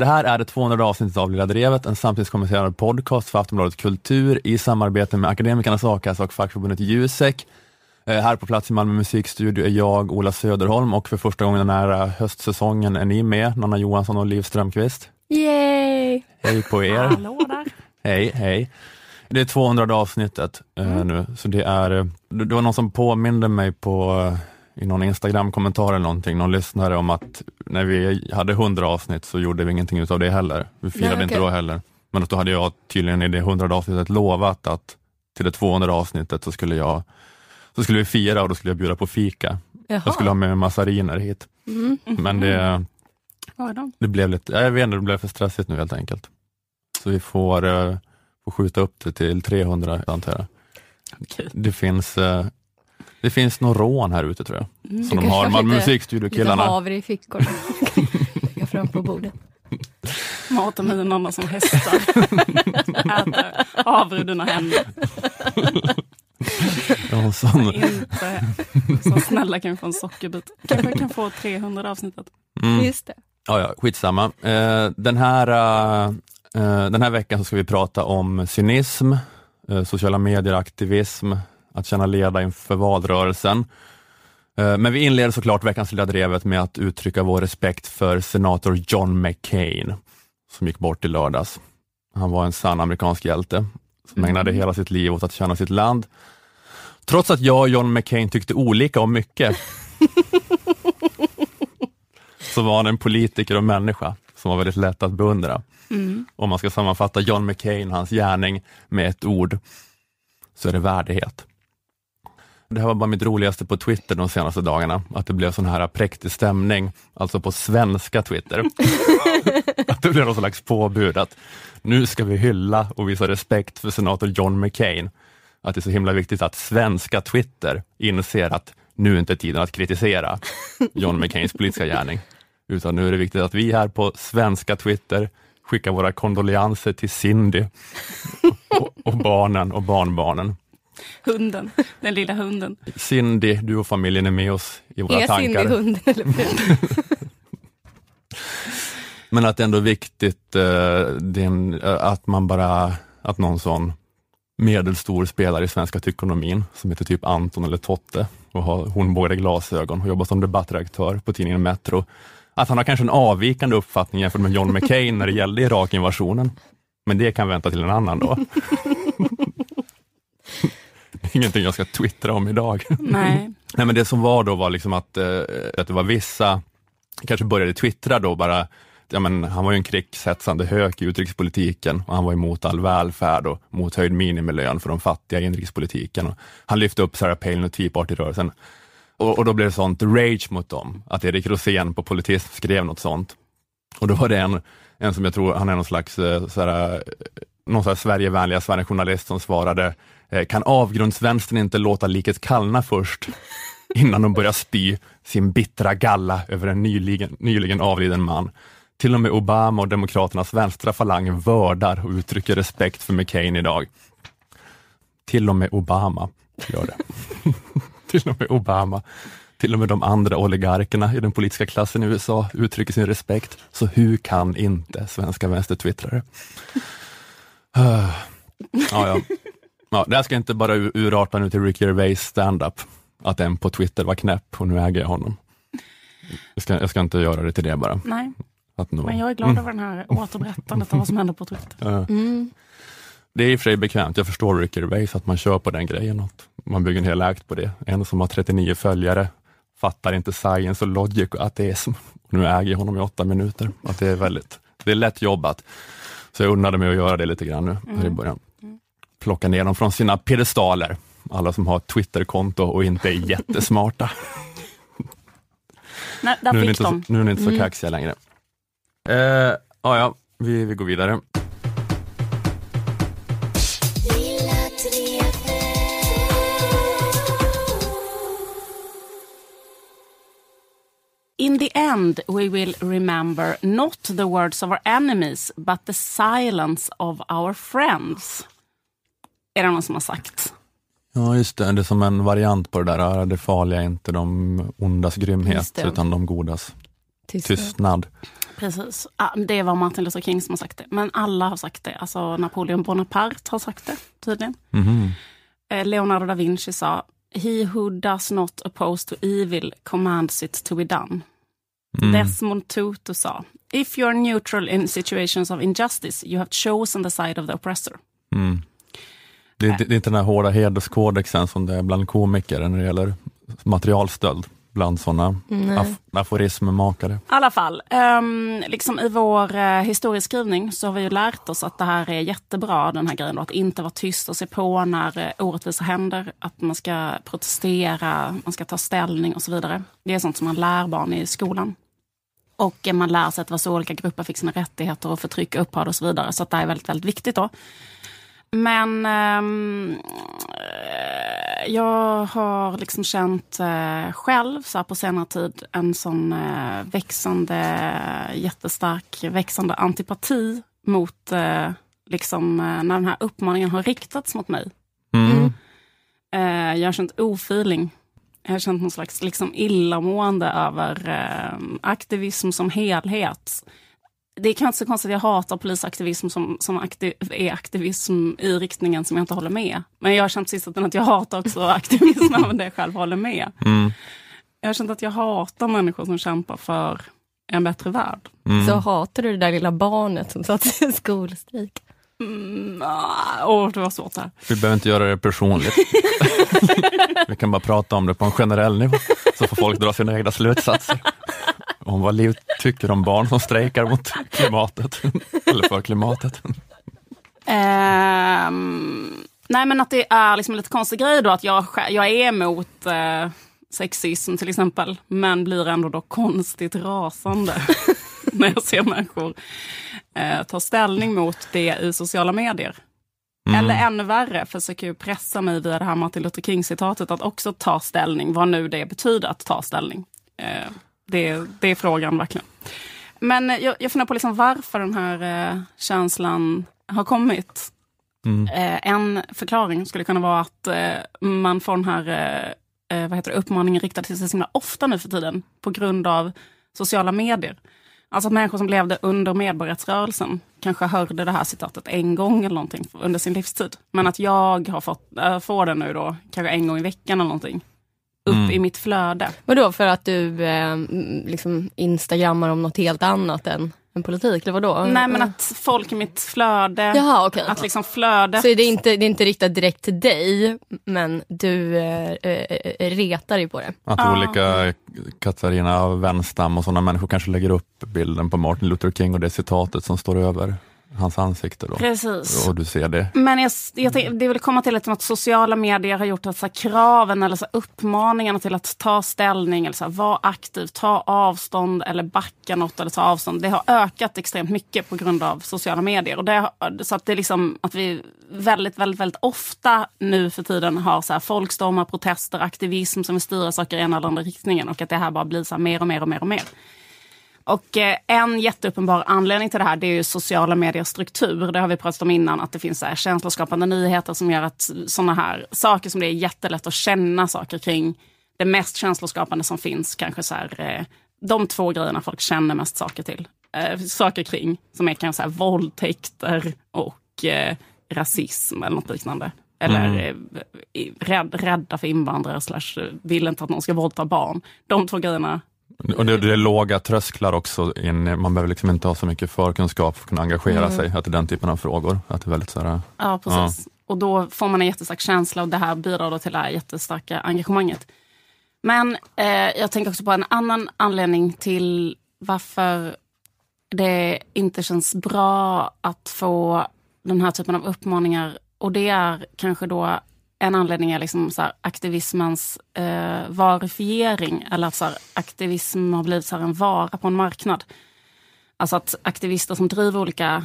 Det här är det 200 avsnittet av Lilla Drevet, en samtidskommunicerande podcast för Aftonbladet Kultur i samarbete med Akademikernas A-kassa och fackförbundet Jusek. Här på plats i Malmö musikstudio är jag, Ola Söderholm, och för första gången den här höstsäsongen är ni med, Nanna Johansson och Liv Strömqvist. Yay! Hej på er. Hallå där. Hej. Det är 200 avsnittet nu, så det var någon som påminde mig i någon Instagram-kommentar eller någonting, någon lyssnare, om att när vi hade 100 avsnitt så gjorde vi ingenting utav det heller. Vi firade inte då heller. Men då hade jag tydligen i det 100 avsnittet lovat att till det 200 avsnittet så skulle vi fira, och då skulle jag bjuda på fika. Jaha. Jag skulle ha med massariner hit. Men det blev lite, jag vet inte, det blev för stressigt nu helt enkelt. Så vi får skjuta upp det till 300, antar jag. Okay. Det finns någon rån här ute, tror jag. Som de har, Malmö musikstudio-killarna. Lite havre i fickor. Lägga fram på bordet. Matar med en annan som hästar. Äter havre i dina händer. Ja, Så snälla kan vi få en sockerbit. Kanske kan få 300 avsnittet. Just det. Ja, skitsamma. Den här veckan så ska vi prata om cynism, sociala medier, aktivism, att känna leda inför valrörelsen. Men vi inleder såklart veckans Lilla Drevet med att uttrycka vår respekt för senator John McCain som gick bort i lördags. Han var en sann amerikansk hjälte som ägnade hela sitt liv åt att tjäna sitt land. Trots att jag och John McCain tyckte olika om mycket så var han en politiker och människa som var väldigt lätt att beundra. Om man ska sammanfatta John McCain, hans gärning, med ett ord, så är det värdighet. Det här var bara mitt roligaste på Twitter de senaste dagarna. Att det blev sån här präktig stämning, alltså på svenska Twitter. Att det blev någon slags påbud att nu ska vi hylla och visa respekt för senator John McCain. Att det är så himla viktigt att svenska Twitter inser att nu är inte tiden att kritisera John McCains politiska gärning. Utan nu är det viktigt att vi här på svenska Twitter skickar våra kondolenser till Cindy och barnen och barnbarnen. Hunden, den lilla hunden. Cindy, du och familjen är med oss i våra tankar. Är Cindy hunden eller hur? Men att det ändå är viktigt att någon sån medelstor spelare i svenska ekonomin som heter typ Anton eller Totte och har hornbågade glasögon och jobbar som debattredaktör på tidningen Metro, att han har kanske en avvikande uppfattning jämfört med John McCain när det gällde Irakinvasionen. Men det kan vänta till en annan då. Ingenting jag ska twittra om idag. Nej, men det som var då var liksom att det var vissa kanske började twittra då bara, han var ju en krigshetsande hök i utrikespolitiken och han var emot all välfärd och mot höjd minimilön för de fattiga i inrikespolitiken. Och han lyfte upp Sarah Palin och Tea Party-rörelsen. Och då blev det sånt rage mot dem. Att Erik Rosén på Politism skrev något sånt. Och då var det en som jag tror, han är någon slags Sverigevänliga Sverige-journalist som svarade: kan avgrundsvänstern inte låta liket kallna först innan de börjar spy sin bittra galla över en nyligen avliden man? Till och med Obama och demokraternas vänstra falang vördar och uttrycker respekt för McCain idag. Till och med Obama gör det. Till och med Obama. Till och med de andra oligarkerna i den politiska klassen i USA uttrycker sin respekt. Så hur kan inte svenska vänstertwittrare? Ja, det här ska inte bara urarta nu till Ricky Gervais stand-up. Att en på Twitter var knäpp och nu äger jag honom. Jag ska inte göra det till det bara. Nej. Men jag är glad över den här återberättandet av vad som händer på Twitter. Det är i och för sig bekvämt. Jag förstår Ricky Gervais att man kör på den grejen. Att man bygger en hel äkt på det. En som har 39 följare fattar inte science och logic och ateism. Nu äger jag honom i 8 minuter. Att det är lätt jobbat. Så jag unnade mig att göra det lite grann nu här i början. Plocka ner dem från sina pedestaler. Alla som har ett Twitterkonto och inte är jättesmarta. Nej, där nu, fick de. Nu är ni inte så kaxiga längre. Vi går vidare. In the end we will remember not the words of our enemies but the silence of our friends. Är det någon som har sagt? Ja, just det. Det är som en variant på det där. Det farliga är inte de ondas grymhet utan de godas. tystnad. Precis. Det var Martin Luther King som har sagt det. Men alla har sagt det. Alltså Napoleon Bonaparte har sagt det, tydligen. Leonardo da Vinci sa: "He who does not oppose to evil commands it to be done." Desmond Tutu sa: "If you are neutral in situations of injustice, you have chosen the side of the oppressor." Det är inte den här hårda hederskodexen som det är bland komiker när det gäller materialstöld. Bland sådana aforismmakare. I alla fall, liksom i vår historieskrivning så har vi ju lärt oss att det här är jättebra, den här grejen då, att inte vara tyst och se på när orättvisa händer, att man ska protestera, man ska ta ställning och så vidare. Det är sånt som man lär barn i skolan. Och man lär sig att vad så olika grupper fick sina rättigheter och förtryck upphörde och så vidare. Så att det är väldigt, väldigt viktigt då. Men jag har liksom känt själv så här på senare tid en sån jättestark växande antipati mot liksom när den här uppmaningen har riktats mot mig. Jag har känt ofeeling. Jag har känt någon slags liksom illamående över aktivism som helhet. Det är kanske så konstigt att jag hatar polisaktivism som är aktivism i riktningen som jag inte håller med. Men jag har känt sist att jag hatar också aktivism av det jag själv håller med. Jag har känt att jag hatar människor som kämpar för en bättre värld. Så hatar du det där lilla barnet som satt i skolstrejk? Det var svårt här. Vi behöver inte göra det personligt. Vi kan bara prata om det på en generell nivå. Så får folk dra sina egna slutsatser. Om vad Liv tycker om barn som strejkar mot klimatet. Eller för klimatet. Nej, men att det är liksom lite konstig grej då. Att jag är emot sexism till exempel. Men blir ändå då konstigt rasande. När jag ser människor ta ställning mot det i sociala medier. Eller ännu värre, försöker ju pressa mig via det här Martin Luther King-citatet att också ta ställning. Vad nu det betyder att ta ställning. Det är frågan verkligen. Men jag funderar på liksom varför den här känslan har kommit. En förklaring skulle kunna vara att man får den här uppmaningen riktad till sig så himla ofta nu för tiden på grund av sociala medier. Alltså människor som levde under medborgarrättsrörelsen kanske hörde det här citatet en gång eller någonting under sin livstid. Men att jag har får det nu då kanske en gång i veckan eller någonting. Upp i mitt flöde. Vadå, för att du liksom instagrammar om något helt annat än politik, eller vadå? Nej, men att folk i mitt flöde. Jaha, okej. Att liksom flödet. Så det är inte riktat direkt till dig, men du retar ju på det. Att olika Katarina Wenstam och sådana människor kanske lägger upp bilden på Martin Luther King och det citatet som står över hans ansikte då. Precis. Och du ser det. Men det vill komma till att sociala medier har gjort att så här, kraven eller så här, uppmaningarna till att ta ställning eller så här, vara aktiv, ta avstånd eller backa något eller ta avstånd. Det har ökat extremt mycket på grund av sociala medier. Och så att det är liksom att vi väldigt, väldigt, väldigt ofta nu för tiden har så här, folkstormar, protester, aktivism som vill styra saker i en eller andra riktningen och att det här bara blir så här, mer och mer och mer och mer. Och en jätteuppenbar anledning till det här, det är ju sociala mediers struktur. Det har vi pratat om innan, att det finns så här känsloskapande nyheter som gör att sådana här saker som det är jättelätt att känna saker kring, det mest känsloskapande som finns, kanske så här, de två grejerna folk känner mest saker kring, som är kanske så här våldtäkter och rasism eller något liknande. Eller rädda för invandrare / vill inte att någon ska våldta barn. De två grejerna. Och det är låga trösklar också. Man behöver liksom inte ha så mycket förkunskap för att kunna engagera sig. Att det är den typen av frågor. Att det är väldigt så här, ja, precis. Ja. Och då får man en jättestark känsla och det här bidrar då till det här jättestarka engagemanget. Men jag tänker också på en annan anledning till varför det inte känns bra att få den här typen av uppmaningar. Och det är kanske då en anledning är liksom så här aktivismens varifiering, eller att så här, aktivism har blivit så här en vara på en marknad. Alltså att aktivister som driver olika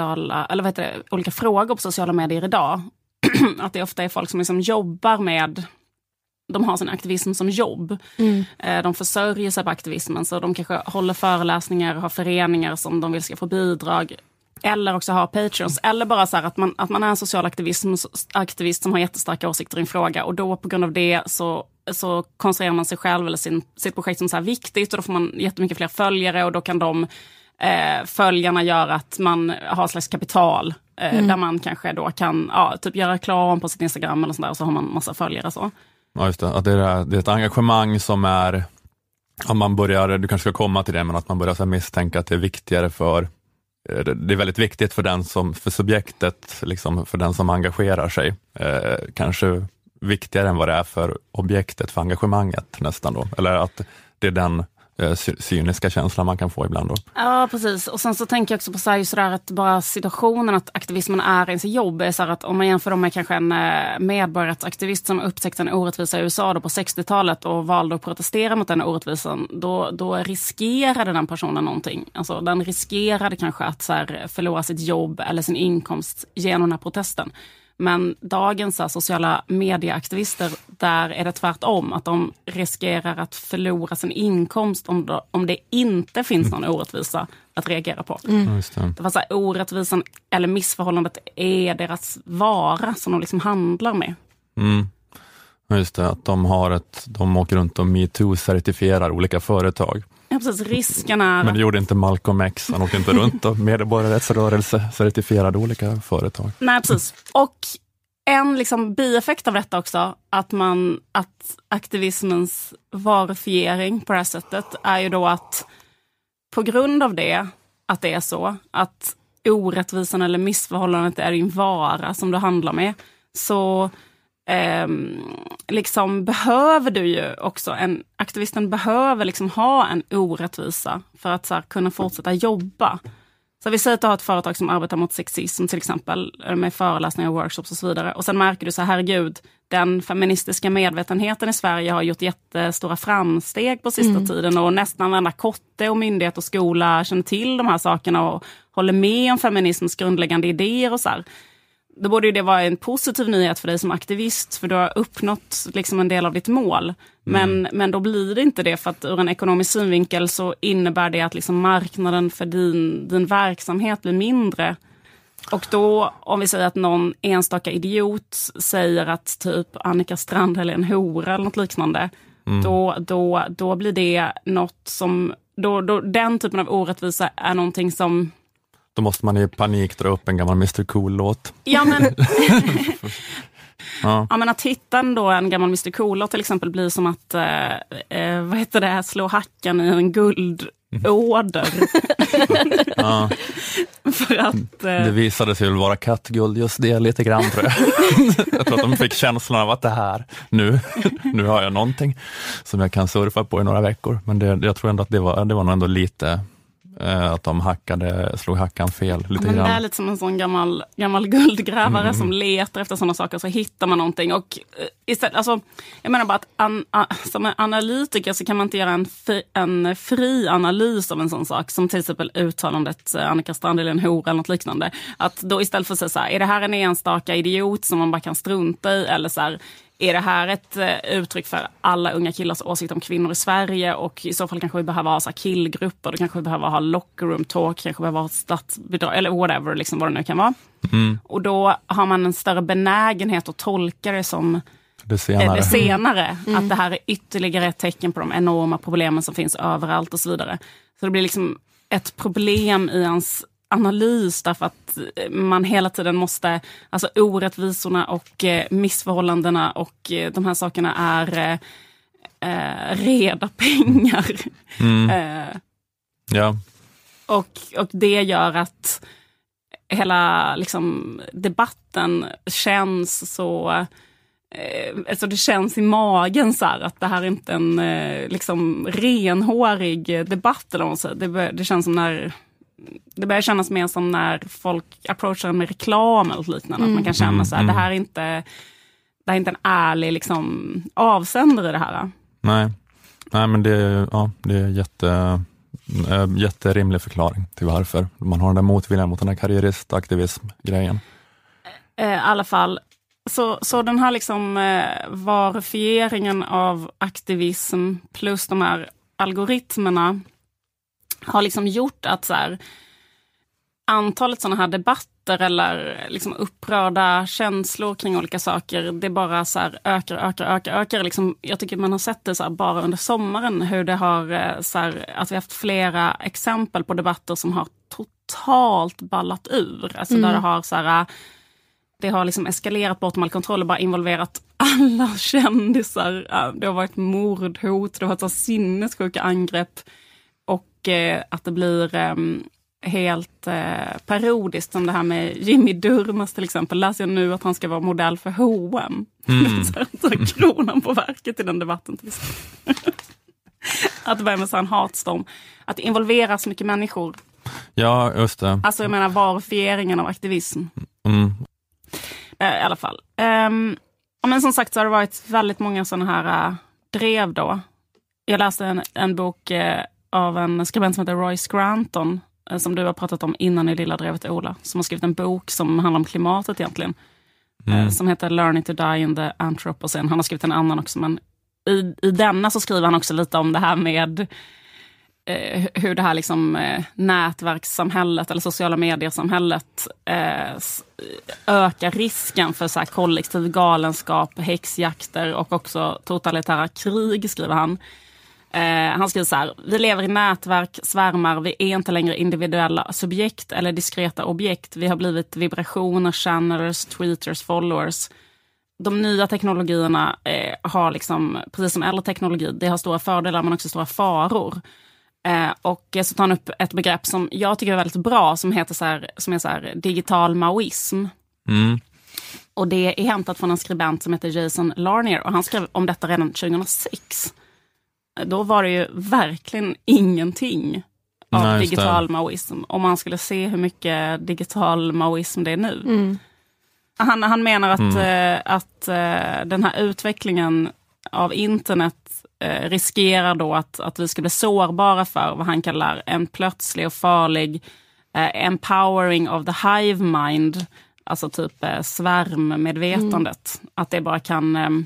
olika frågor på sociala medier idag, att det ofta är folk som liksom jobbar med, de har sin aktivism som jobb. De försörjer sig på aktivismen, så de kanske håller föreläsningar, har föreningar som de vill ska få bidrag. Eller också ha patrons. Eller bara så här att man är en social aktivist som har jättestarka åsikter i en fråga. Och då på grund av det så så konstruerar man sig själv eller sitt projekt som så här viktigt, och då får man jättemycket fler följare, och då kan de följarna göra att man har ett slags kapital där man kanske då kan typ göra reklam på sitt Instagram eller sådär, och så har man massa följare så. Ja, just det. Att det är ett engagemang som är, om man börjar, du kanske ska komma till det, men att man börjar så här misstänka att det är viktigare det är väldigt viktigt för subjektet, liksom för den som engagerar sig. Kanske viktigare än vad det är för objektet, för engagemanget nästan då. Eller att det är den cyniska känslan man kan få ibland då. Ja, precis. Och sen så tänker jag också på så här, just där att bara situationen att aktivismen är ens jobb är så här att om man jämför dem med kanske en medborgaraktivist som upptäckte en orättvisa i USA då på 60-talet och valde att protestera mot den orättvisan, då riskerade den personen någonting. Alltså den riskerade kanske att så här, förlora sitt jobb eller sin inkomst genom den här protesten. Men dagens sociala medieaktivister, där är det tvärtom. Att de riskerar att förlora sin inkomst om det inte finns någon orättvisa att reagera på. Det var så här, orättvisan eller missförhållandet är deras vara som de liksom handlar med. Just det, att de åker runt och MeToo-certifierar olika företag. Ja, precis, riskerna. Men det gjorde inte Malcolm X, han åkte inte runt och medborgarrättsrörelse certifierade olika företag. Nej, precis. Och en liksom bieffekt av detta också, att aktivismens varufiering på det här sättet är ju då att på grund av det, att det är så, att orättvisan eller missförhållandet är din vara som du handlar med, så liksom behöver du ju också, aktivisten behöver liksom ha en orättvisa för att så här, kunna fortsätta jobba. Så vi säger att du har ett företag som arbetar mot sexism till exempel, med föreläsningar, workshops och så vidare. Och sen märker du så här, herregud, den feministiska medvetenheten i Sverige har gjort jättestora framsteg på sista tiden, och nästan varenda kotte och myndighet och skola känner till de här sakerna och håller med om feminismens grundläggande idéer och så här. Då borde ju det vara en positiv nyhet för dig som aktivist, för du har uppnått liksom en del av ditt mål. Men då blir det inte det, för att ur en ekonomisk synvinkel så innebär det att liksom marknaden för din verksamhet blir mindre. Och då, om vi säger att någon enstaka idiot säger att typ Annika Strandhäll är en hora eller något liknande, då blir det något som, då den typen av orättvisa är någonting som... Då måste man i panik dra upp en gammal Mr. Cool-låt. Ja, men... Ja, men att hitta då en gammal Mr. Cool-låt till exempel blir som att slå hackan i en guldåder. Ja. För att... Det visade sig väl vara kattguld just det lite grann, tror jag. Jag tror att de fick känslan av att det här, nu har jag någonting som jag kan surfa på i några veckor. Men jag tror ändå att det var nog ändå lite... att de slog hackan fel lite grann. Det är lite som en sån gammal guldgrävare som letar efter sådana saker, så hittar man någonting. Och istället, alltså, jag menar bara att som en analytiker så kan man inte göra en fri analys av en sån sak, som till exempel uttalandet Annika Strandhäll är en hora eller något liknande. Att då istället för att säga så här, är det här en enstaka idiot som man bara kan strunta i, eller så här, är det här ett uttryck för alla unga killars åsikt om kvinnor i Sverige, och i så fall kanske vi behöver ha så här killgrupper, då kanske vi behöver ha locker room talk, kanske behöver ha statsbidrag eller whatever, liksom vad det nu kan vara. Och då har man en större benägenhet att tolka det som det senare. Att det här är ytterligare ett tecken på de enorma problemen som finns överallt och så vidare. Så det blir liksom ett problem i ens analys, därför att man hela tiden måste, alltså orättvisorna och missförhållandena och de här sakerna är reda pengar. Ja. Och det gör att hela liksom debatten känns så, alltså det känns i magen så här, att det här är inte en liksom renhårig debatt eller vad man säger. Det känns som när det börjar kännas mer som när folk approachar med reklam eller liknande. Att man kan känna så här, det här är inte en ärlig liksom avsändare i det här. Nej, men det är jätterimlig förklaring till varför man har den där motviljan mot den här karriäristaktivism-grejen. I alla fall, så den här liksom varufieringen av aktivism plus de här algoritmerna har liksom gjort att så här, antalet sådana här debatter debatter eller liksom upprörda känslor kring olika saker, det bara så här ökar. Liksom, jag tycker man har sett det så här bara under sommaren, hur det har så här, att vi har haft flera exempel på debatter som har totalt ballat ur. Alltså där det har så här, det har liksom eskalerat bortom all kontroll och bara involverat alla kändisar. Det har varit mordhot, det har varit så sinnessjuka angrepp och att det blir helt parodiskt, som det här med Jimmy Durmaz till exempel. Läser jag nu att han ska vara modell för H&M. Så kronan på verket i den debatten till exempel. Att det börjar med en hatstorm. Att involvera så mycket människor. Ja, just det. Alltså jag menar varifieringen av aktivism. I alla fall. Men som sagt så har det varit väldigt många sådana här drev då. Jag läste en bok av en skribent som heter Roy Scranton, som du har pratat om innan i Lilla drevet, Ola, som har skrivit en bok som handlar om klimatet egentligen, som heter Learning to Die in the Anthropocene. Han har skrivit en annan också, men i denna så skriver han också lite om det här med hur det här liksom nätverkssamhället eller sociala mediesamhället ökar risken för så här kollektiv galenskap, häxjakter och också totalitära krig, skriver han. Han skriver så här: vi lever i nätverk, svärmar, vi är inte längre individuella subjekt eller diskreta objekt. Vi har blivit vibrationer, channelers, tweeters, followers. De nya teknologierna har liksom, precis som äldre teknologi, det har stora fördelar men också stora faror. Och så tar han upp ett begrepp som jag tycker är väldigt bra, som heter som är så här digital maoism. Och det är hämtat från en skribent som heter Jason Larnier, och han skrev om detta redan 2006. Då var det ju verkligen ingenting av digital maoism. Om man skulle se hur mycket digital maoism det är nu. Han menar att den här utvecklingen av internet riskerar då att vi ska bli sårbara för vad han kallar en plötslig och farlig empowering of the hive mind, alltså typ svärmmedvetandet. Att det bara kan...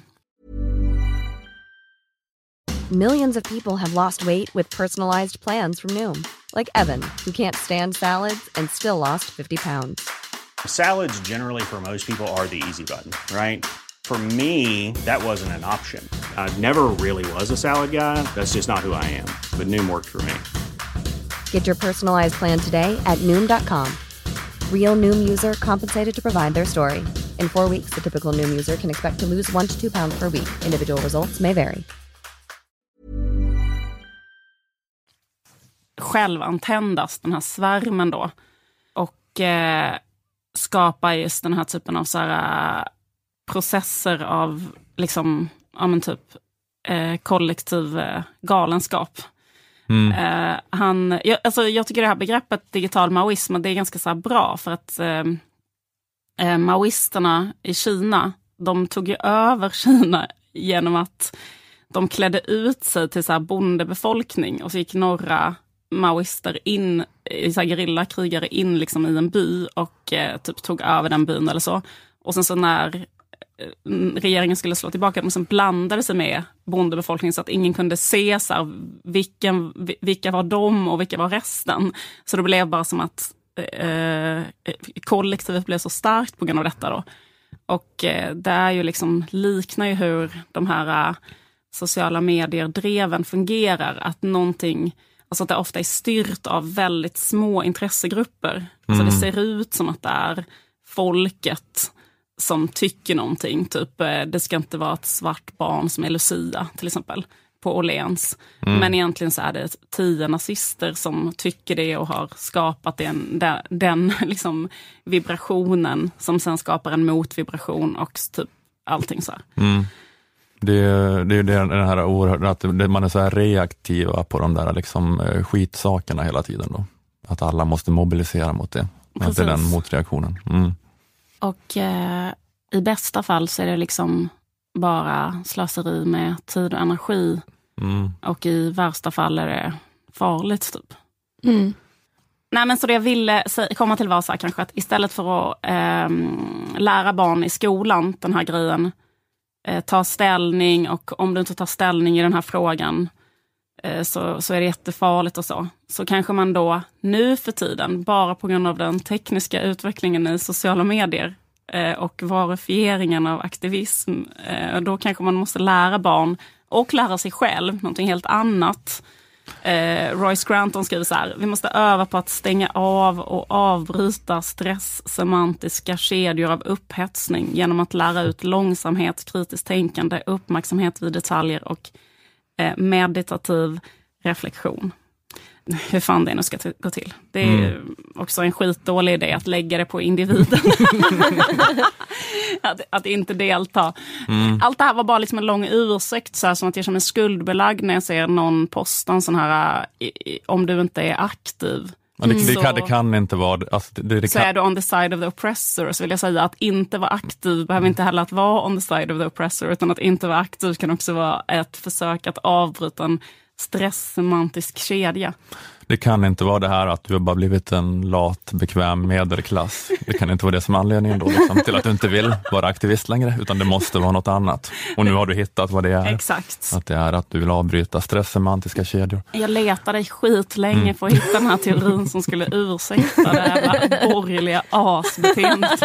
Millions of people have lost weight with personalized plans from Noom. Like Evan, who can't stand salads and still lost 50 pounds. Salads generally for most people are the easy button, right? For me, that wasn't an option. I never really was a salad guy. That's just not who I am. But Noom worked for me. Get your personalized plan today at Noom.com. Real Noom user compensated to provide their story. In 4 weeks, the typical Noom user can expect to lose 1 to 2 pounds per week. Individual results may vary. Självantändas, den här svärmen då. Och skapa just den här typen av så här, processer av liksom, ja men typ kollektiv galenskap. Jag tycker det här begreppet digital maoism, det är ganska så här bra, för att maoisterna i Kina, de tog ju över Kina genom att de klädde ut sig till så här bondebefolkning, och så gick några maoister in, så här gerillakrigare in liksom i en by och typ tog över den byn eller så. Och sen så när regeringen skulle slå tillbaka dem, som blandade sig med bondebefolkningen så att ingen kunde se så här, vilka var de och vilka var resten. Så det blev bara som att kollektivet blev så starkt på grund av detta då. Och det är ju liksom, liknar ju hur de här sociala medier-dreven fungerar, att någonting, alltså att det ofta är styrt av väldigt små intressegrupper. Alltså det ser ut som att det är folket som tycker någonting. Typ, det ska inte vara ett svart barn som är Lucia till exempel på Åhléns. Men egentligen så är det 10 nazister som tycker det och har skapat den liksom vibrationen som sen skapar en motvibration och typ allting så här. Det är den här oerhört, att man är så här reaktiva på de där liksom skitsakerna hela tiden då. Att alla måste mobilisera mot det. Att det är den motreaktionen. Och i bästa fall så är det liksom bara slöseri med tid och energi. Och i värsta fall är det farligt typ. Nej, men så det jag ville komma till var så här, kanske att istället för att lära barn i skolan den här grejen, ta ställning, och om du inte tar ställning i den här frågan, så är det jättefarligt och så. Så kanske man då nu för tiden, bara på grund av den tekniska utvecklingen i sociala medier och verifieringen av aktivism, då kanske man måste lära barn och lära sig själv någonting helt annat. Royce Granton skriver så här: vi måste öva på att stänga av och avbryta stresssemantiska kedjor av upphetsning genom att lära ut långsamhet, kritiskt tänkande, uppmärksamhet vid detaljer och meditativ reflektion. Hur fan det nu ska gå till. Det är också en skitdålig idé att lägga det på individen. att inte delta. Allt det här var bara liksom en lång ursäkt, så här, som att jag känner mig skuldbelagd när jag ser någon posta en sån här om du inte är aktiv. Det kan inte vara... Alltså, så är du on the side of the oppressor. Så vill jag säga att inte vara aktiv behöver inte heller att vara on the side of the oppressor, utan att inte vara aktiv kan också vara ett försök att avbryta en stresssemantisk kedja. Det kan inte vara det här att du har bara blivit en lat, bekväm medelklass. Det kan inte vara det som är anledningen då, liksom, till att du inte vill vara aktivist längre, utan det måste vara något annat. Och nu har du hittat vad det är. Exakt. Att det är att du vill avbryta stresssemantiska kedjor. Jag letade skitlänge för att hitta den här teorin som skulle ursäkta det här borgerliga asbeteendet.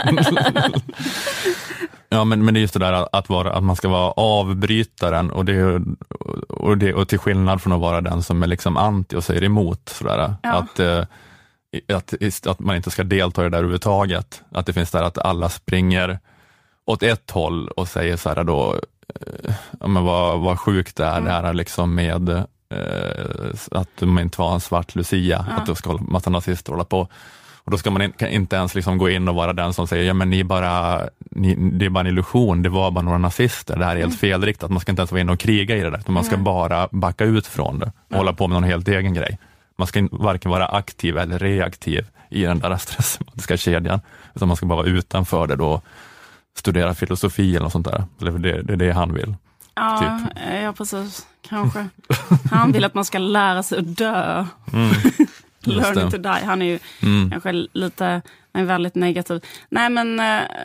Ja, men det är just det där att man ska vara avbrytaren och till skillnad från att vara den som är liksom anti och säger emot. Sådär. Ja. Att man inte ska delta i det där överhuvudtaget. Att det finns där att alla springer åt ett håll och säger så här då, men vad sjukt det är liksom med att man inte var en svart Lucia, att då ska massa nazister hålla på. Och då ska man inte ens liksom gå in och vara den som säger, ja men det är bara en illusion, det var bara några nazister, det här är helt felriktat, man ska inte ens vara in och kriga i det där, utan man ska bara backa ut från det och hålla på med någon helt egen grej. Man ska varken vara aktiv eller reaktiv i den där stressmatiska kedjan, utan man ska bara vara utanför det då, studera filosofi eller något sånt där, eller det är det han vill. Ja, typ. Ja precis, kanske. Han vill att man ska lära sig att dö. Learning to die. Han är ju kanske lite väldigt negativ. Nej men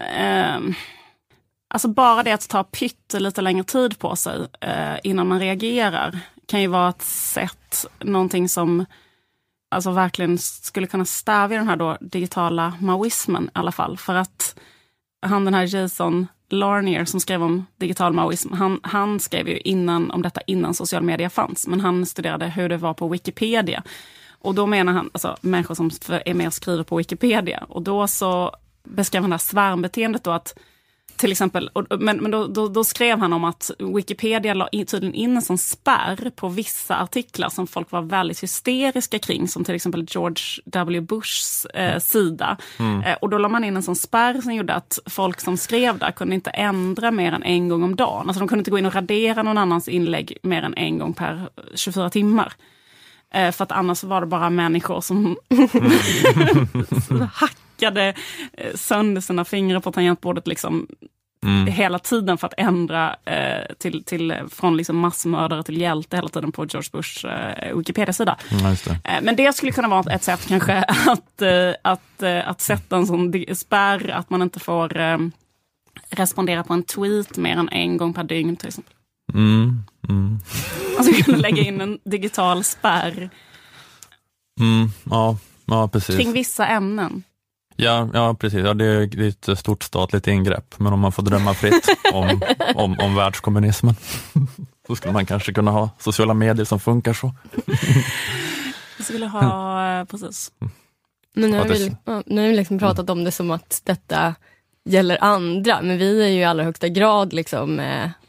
alltså bara det att ta lite längre tid på sig innan man reagerar kan ju vara ett sätt, någonting som alltså verkligen skulle kunna stävja den här då digitala maoismen i alla fall. För att den här Jason Larnier som skrev om digital maoism, han skrev ju om detta innan social media fanns, men han studerade hur det var på Wikipedia. Och då menar han alltså människor som är med och skriver på Wikipedia. Och då så beskrev han det här svärmbeteendet då att till exempel, men då skrev han om att Wikipedia la tydligen in en sån spärr på vissa artiklar som folk var väldigt hysteriska kring, som till exempel George W. Bushs sida. Och då la man in en sån spärr som gjorde att folk som skrev där kunde inte ändra mer än en gång om dagen. Alltså de kunde inte gå in och radera någon annans inlägg mer än en gång per 24 timmar. För att annars var det bara människor som hackade sönder sina fingrar på tangentbordet liksom hela tiden för att ändra från liksom massmördare till hjälte hela tiden på George Bushs Wikipedia-sida. Men det skulle kunna vara ett sätt kanske att sätta en sån spärr att man inte får respondera på en tweet mer än en gång per dygn till exempel. Alltså kunna lägga in en digital spärr. Ja, precis. Kring vissa ämnen. Ja, precis. Ja, det är ett stort statligt ingrepp. Men om man får drömma fritt om världskommunismen så skulle man kanske kunna ha sociala medier som funkar så. Jag skulle ha, precis. Men nu har vi liksom pratat om det som att detta gäller andra. Men vi är ju i allra högsta grad liksom...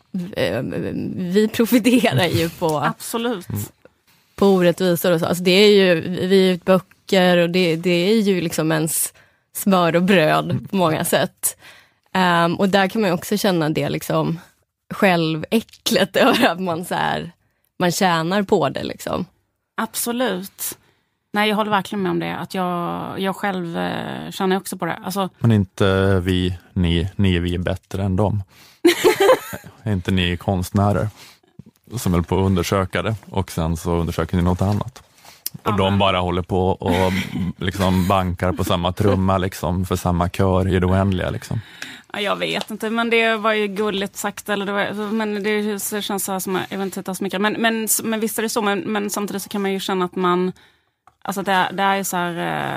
vi profiterar ju på absolut på orättvisor och så. Alltså det är ju, vi är böcker och det är ju liksom ens smör och bröd på många sätt. Och där kan man ju också känna det liksom själväcklet över att man tjänar på det liksom. Absolut. Nej, jag håller verkligen med om det. Att jag själv känner också på det. Alltså... Men inte ni är vi bättre än dem. Är inte ni konstnärer som är på att undersöka det och sen så undersöker ni något annat. Och de bara håller på och liksom bankar på samma trumma liksom för samma kör i det oändliga liksom. Ja, jag vet inte, men det var ju gulligt sagt. Eller det var, men det känns så här som, jag vet inte så mycket. Men visst är det så, men samtidigt så kan man ju känna att man, alltså det är ju så här,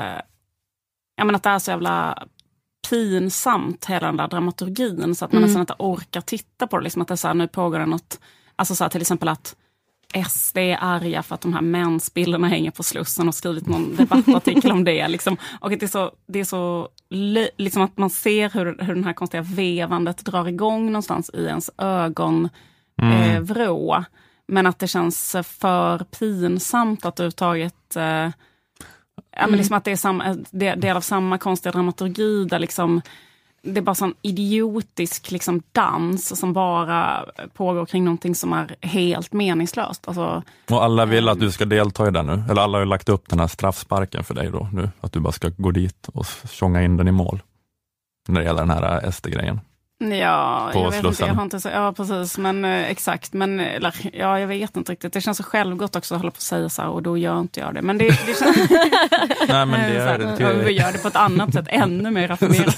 jag menar att det är så jävla pinsamt hela den där dramaturgin, så att man nästan inte orkar titta på det. Liksom att det är så här, nu pågår det något, alltså så här, till exempel att SD är arga för att de här mensbilderna hänger på Slussen och skrivit någon debattartikel om det. Liksom. Och att det är så liksom att man ser hur den här konstiga vevandet drar igång någonstans i ens ögonvrå. Men att det känns för pinsamt att uttaget men liksom att det är del av samma konstiga dramaturgi där liksom det är bara sån idiotisk liksom dans som bara pågår kring någonting som är helt meningslöst. Alltså, och alla vill att du ska delta i den nu. Eller alla har ju lagt upp den här straffsparken för dig då nu. Att du bara ska gå dit och tjonga in den i mål. När det gäller den här SD-grejen. Ja, på jag vet Slussen. inte, jag har inte så, ja precis, men exakt, men eller, ja, jag vet inte riktigt, det känns så självgott också att hålla på att säga så här, och då gör inte jag det, men det känns nej, men det är vi gör det på ett annat sätt, ännu mer raffinerat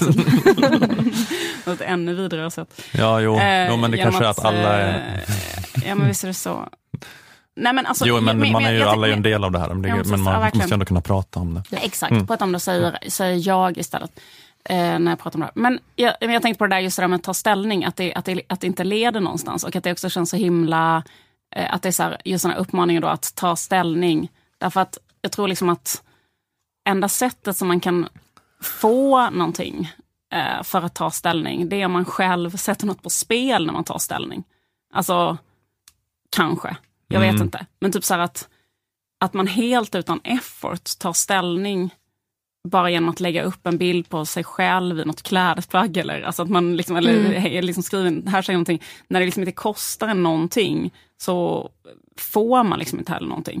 på ett ännu vidare sätt. Ja, jo, men det kanske är att alla är... ja, men visst är det så. Nej, men alltså, jo, men man är ju alla är en del av det här, men man måste ändå kunna prata om det. Ja. Exakt, prata om det säger jag istället. När jag pratar om det. Men jag tänkte på det där just det där med att ta ställning, att det inte leder någonstans, och att det också känns så himla att det är så här, just såna uppmaningar då att ta ställning, därför att jag tror liksom att enda sättet som man kan få någonting för att ta ställning, det är om man själv sätter något på spel när man tar ställning. Alltså kanske, jag vet inte, men typ så här att man helt utan effort tar ställning bara genom att lägga upp en bild på sig själv i något klädesplagg, eller alltså att man liksom, eller liksom skriver, här säger någonting, när det liksom inte kostar en någonting, så får man liksom inte heller någonting.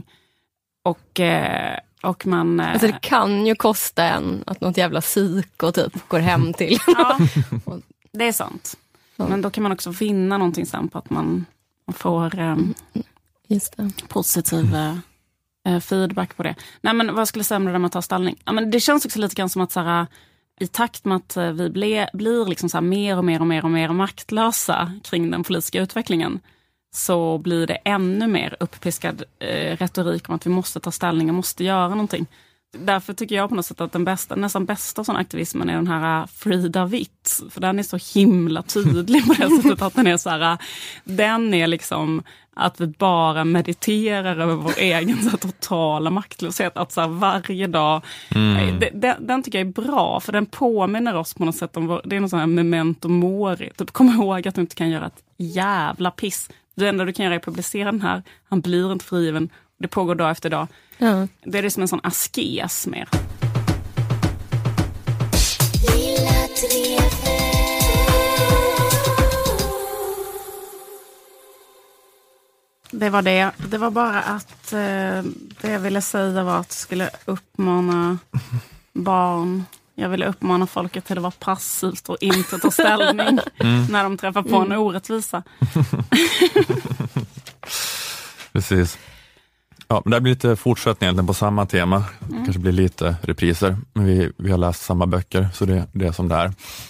Och man... Alltså det kan ju kosta en att något jävla psyko typ går hem till. Ja, det är sant. Men då kan man också vinna någonting sen på att man får just det. Positiv feedback på det. Nej, men vad skulle jag säga om det där med att ta ställning? Ja, men det känns också lite grann som att så här, i takt med att vi blir liksom så här mer och mer maktlösa kring den politiska utvecklingen, så blir det ännu mer uppiskad retorik om att vi måste ta ställning och måste göra någonting. Därför tycker jag på något sätt att den nästan bästa sån aktivismen är den här Frida Witt. För den är så himla tydlig på det sättet att den är så här, den är liksom att vi bara mediterar över vår egen så här, totala maktlöshet. Att så här, varje dag, den tycker jag är bra, för den påminner oss på något sätt om det är någon sån här memento mori. Typ, kom ihåg att du inte kan göra ett jävla piss. Det enda du kan göra är att publicera den här, han blir inte friven. Det pågår dag efter dag. Ja. Det är det som en sån askes mer. Det var det. Det var bara att det jag ville säga var att jag skulle uppmana barn. Jag ville uppmana folket till att vara passivt och inte ta ställning när de träffar på en orättvisa. Precis. Ja, men det blir lite fortsättning egentligen på samma tema. Kanske blir lite repriser. Men vi har läst samma böcker, så det är som det är.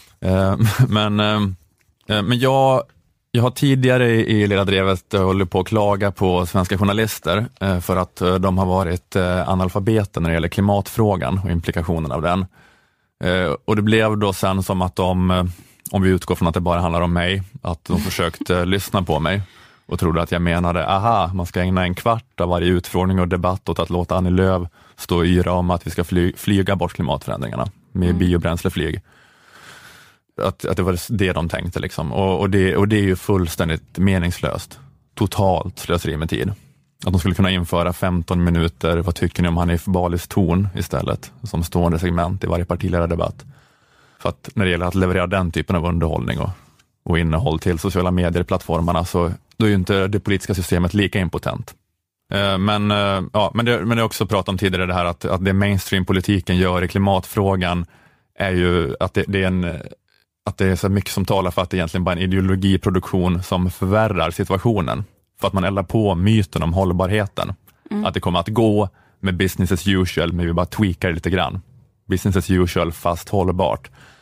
Men jag har tidigare i Lilla Drevet hållit på att klaga på svenska journalister för att de har varit analfabeter när det gäller klimatfrågan och implikationerna av den. Och det blev då sen som att om vi utgår från att det bara handlar om mig, att de försökte lyssna på mig och trodde att jag menade, man ska ägna en kvart av varje utfrågning och debatt åt att låta Annie Lööf stå och yra om att vi ska flyga bort klimatförändringarna med biobränsleflyg. Att det var det de tänkte liksom. Och det är ju fullständigt meningslöst. Totalt slöseri med tid. Att de skulle kunna införa 15 minuter, vad tycker ni om Hanif Balis ton istället, som stående segment i varje partiledardebatt. För att när det gäller att leverera den typen av underhållning och innehåll till sociala medier-plattformarna, så då är ju inte det politiska systemet lika impotent. Men det är också pratat om tidigare det här att det mainstream-politiken gör i klimatfrågan är ju att det är så mycket som talar för att det egentligen bara är en ideologiproduktion som förvärrar situationen. För att man eldar på myten om hållbarheten. Att det kommer att gå med business as usual, men vi bara tweakar lite grann. Business as usual fast hållbart.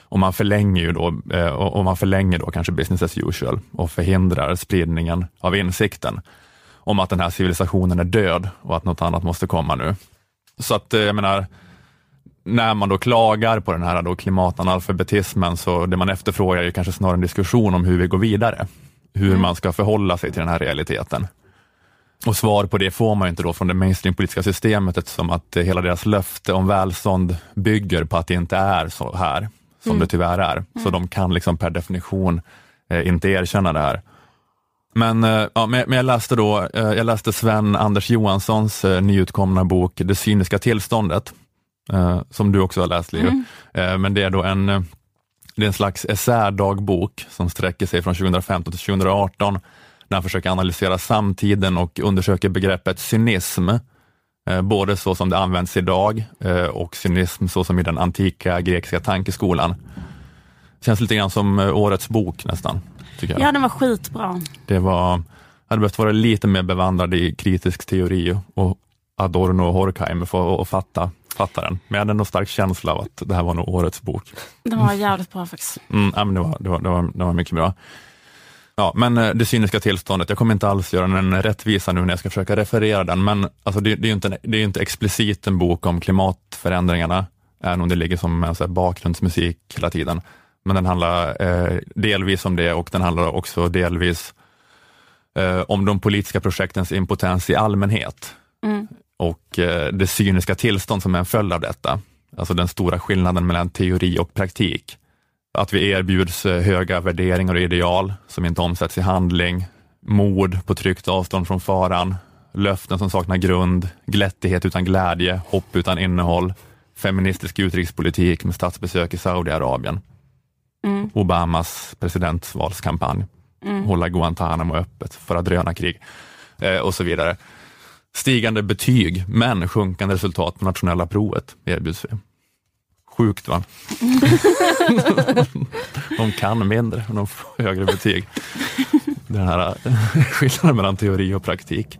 Och man förlänger då kanske business as usual och förhindrar spridningen av insikten om att den här civilisationen är död och att något annat måste komma nu. Så att jag menar, när man då klagar på den här då klimatanalfabetismen, så det man efterfrågar är ju kanske snarare en diskussion om hur vi går vidare. Hur man ska förhålla sig till den här realiteten. Och svar på det får man ju inte då från det mainstream-politiska systemet, eftersom att hela deras löfte om välstånd bygger på att det inte är så här som det tyvärr är. Så de kan liksom per definition inte erkänna det här. Men jag läste Sven Anders Johanssons nyutkomna bok Det cyniska tillståndet, som du också har läst, Liv. Men det är då en slags essädagbok som sträcker sig från 2015 till 2018, när han försöker analysera samtiden och undersöker begreppet cynism, både så som det används idag och cynism så som i den antika grekiska tankeskolan. Känns lite grann som årets bok nästan, tycker jag. Ja, den var skitbra. Hade behövt vara lite mer bevandrad i kritisk teori och Adorno och Horkheimer för att fatta den. Men jag hade en stark känsla av att det här var nog årets bok. Den var jävligt bra faktiskt. Men det var mycket bra. Ja, men det cyniska tillståndet, jag kommer inte alls göra en rättvisa nu när jag ska försöka referera den, men alltså det är ju inte explicit en bok om klimatförändringarna, även om det ligger som en så här bakgrundsmusik hela tiden. Men den handlar delvis om det, och den handlar också delvis om de politiska projektens impotens i allmänhet. Och det cyniska tillstånd som är en följd av detta. Alltså den stora skillnaden mellan teori och praktik. Att vi erbjuds höga värderingar och ideal som inte omsätts i handling, mod på tryggt avstånd från faran, löften som saknar grund, glättighet utan glädje, hopp utan innehåll, feministisk utrikespolitik med statsbesök i Saudiarabien, Obamas presidentvalskampanj, hålla Guantanamo öppet för att röna krig och så vidare. Stigande betyg, men sjunkande resultat på nationella provet erbjuds vi. Sjukt, va? De kan mindre och de får högre betyg. Den här skillnaden mellan teori och praktik.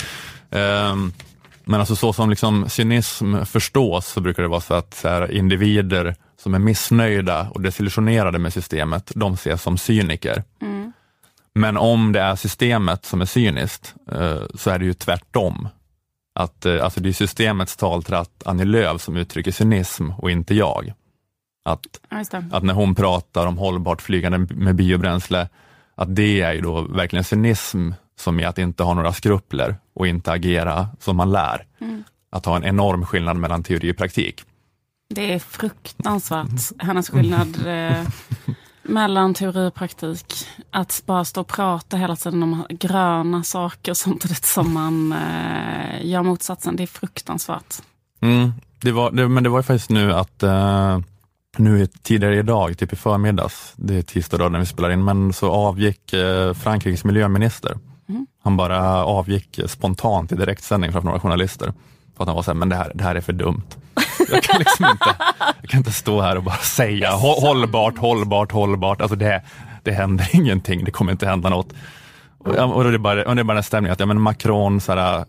Men alltså så som liksom cynism förstås, så brukar det vara så att så här, individer som är missnöjda och desillusionerade med systemet, de ses som cyniker. Men om det är systemet som är cyniskt, så är det ju tvärtom. Alltså det är systemets taltratt Annie Lööf som uttrycker cynism och inte jag. Att när hon pratar om hållbart flygande med biobränsle, att det är ju då verkligen cynism som är att inte ha några skrupler och inte agera som man lär. Att ha en enorm skillnad mellan teori och praktik. Det är fruktansvärt, hennes skillnad mellan teori och praktik. Att bara stå och prata hela tiden om gröna saker samtidigt som man gör motsatsen. Det är fruktansvärt. Men det var ju faktiskt nu att nu tidigare idag, typ i förmiddags, det är tisdag då när vi spelar in, men så avgick Frankrikes miljöminister. Han bara avgick spontant i direktsändning framför några journalister. För att han var så här, men det här är för dumt. Jag kan inte stå här och bara säga hållbart. Alltså det händer ingenting, det kommer inte hända något. Och det är bara en stämning att men Macron så här,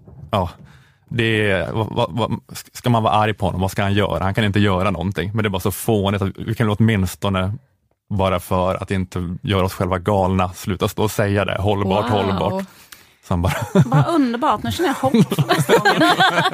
ska man vara arg på honom? Vad ska han göra? Han kan inte göra någonting. Men det är bara så fånigt att vi kan åtminstone, bara för att inte göra oss själva galna, sluta stå och säga det. Hållbart. Bara underbart, nu känner jag hopp för nästa gången.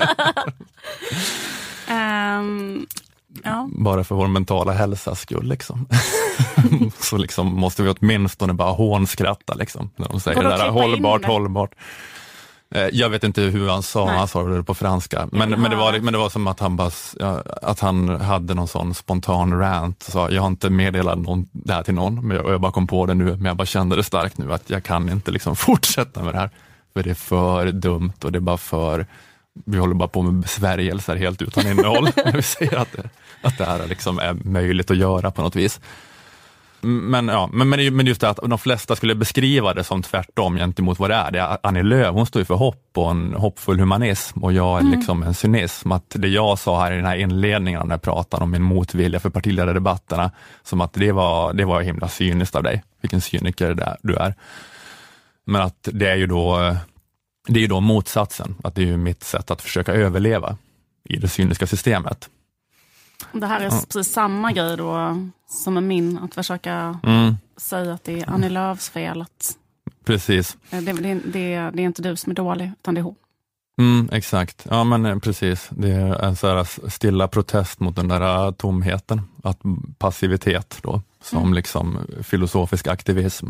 Bara för vår mentala hälsas skull liksom. Så liksom måste vi åtminstone bara hånskratta liksom, när de säger det där hållbart. Jag vet inte hur han sa det på franska, men det var som att han bara, att han hade någon sån spontan rant, så jag har inte meddelat det här till någon, men jag bara kom på det nu, men jag bara kände det starkt nu att jag kan inte liksom fortsätta med det här, för det är för dumt och det är bara vi håller bara på med besvärjelser helt utan innehåll när vi säger att det här liksom är möjligt att göra på något vis. Men just det att de flesta skulle beskriva det som tvärtom gentemot vad det är. Det är Annie Lööf, hon står ju för hopp och en hoppfull humanism, och jag är liksom en cynism. Att det jag sa här i den här inledningen när jag pratade om min motvilja för partiledardebatterna, som att det var himla cyniskt av dig. Vilken cyniker du är. Men att det är ju då motsatsen. Att det är ju mitt sätt att försöka överleva i det cyniska systemet. Det här är precis samma grej då som är min, att försöka säga att det är Annie Lööfs fel. Att precis. Det är inte du som är dålig, utan det är hon. Exakt, ja men precis. Det är en så här stilla protest mot den där tomheten, att passivitet då, som liksom filosofisk aktivism.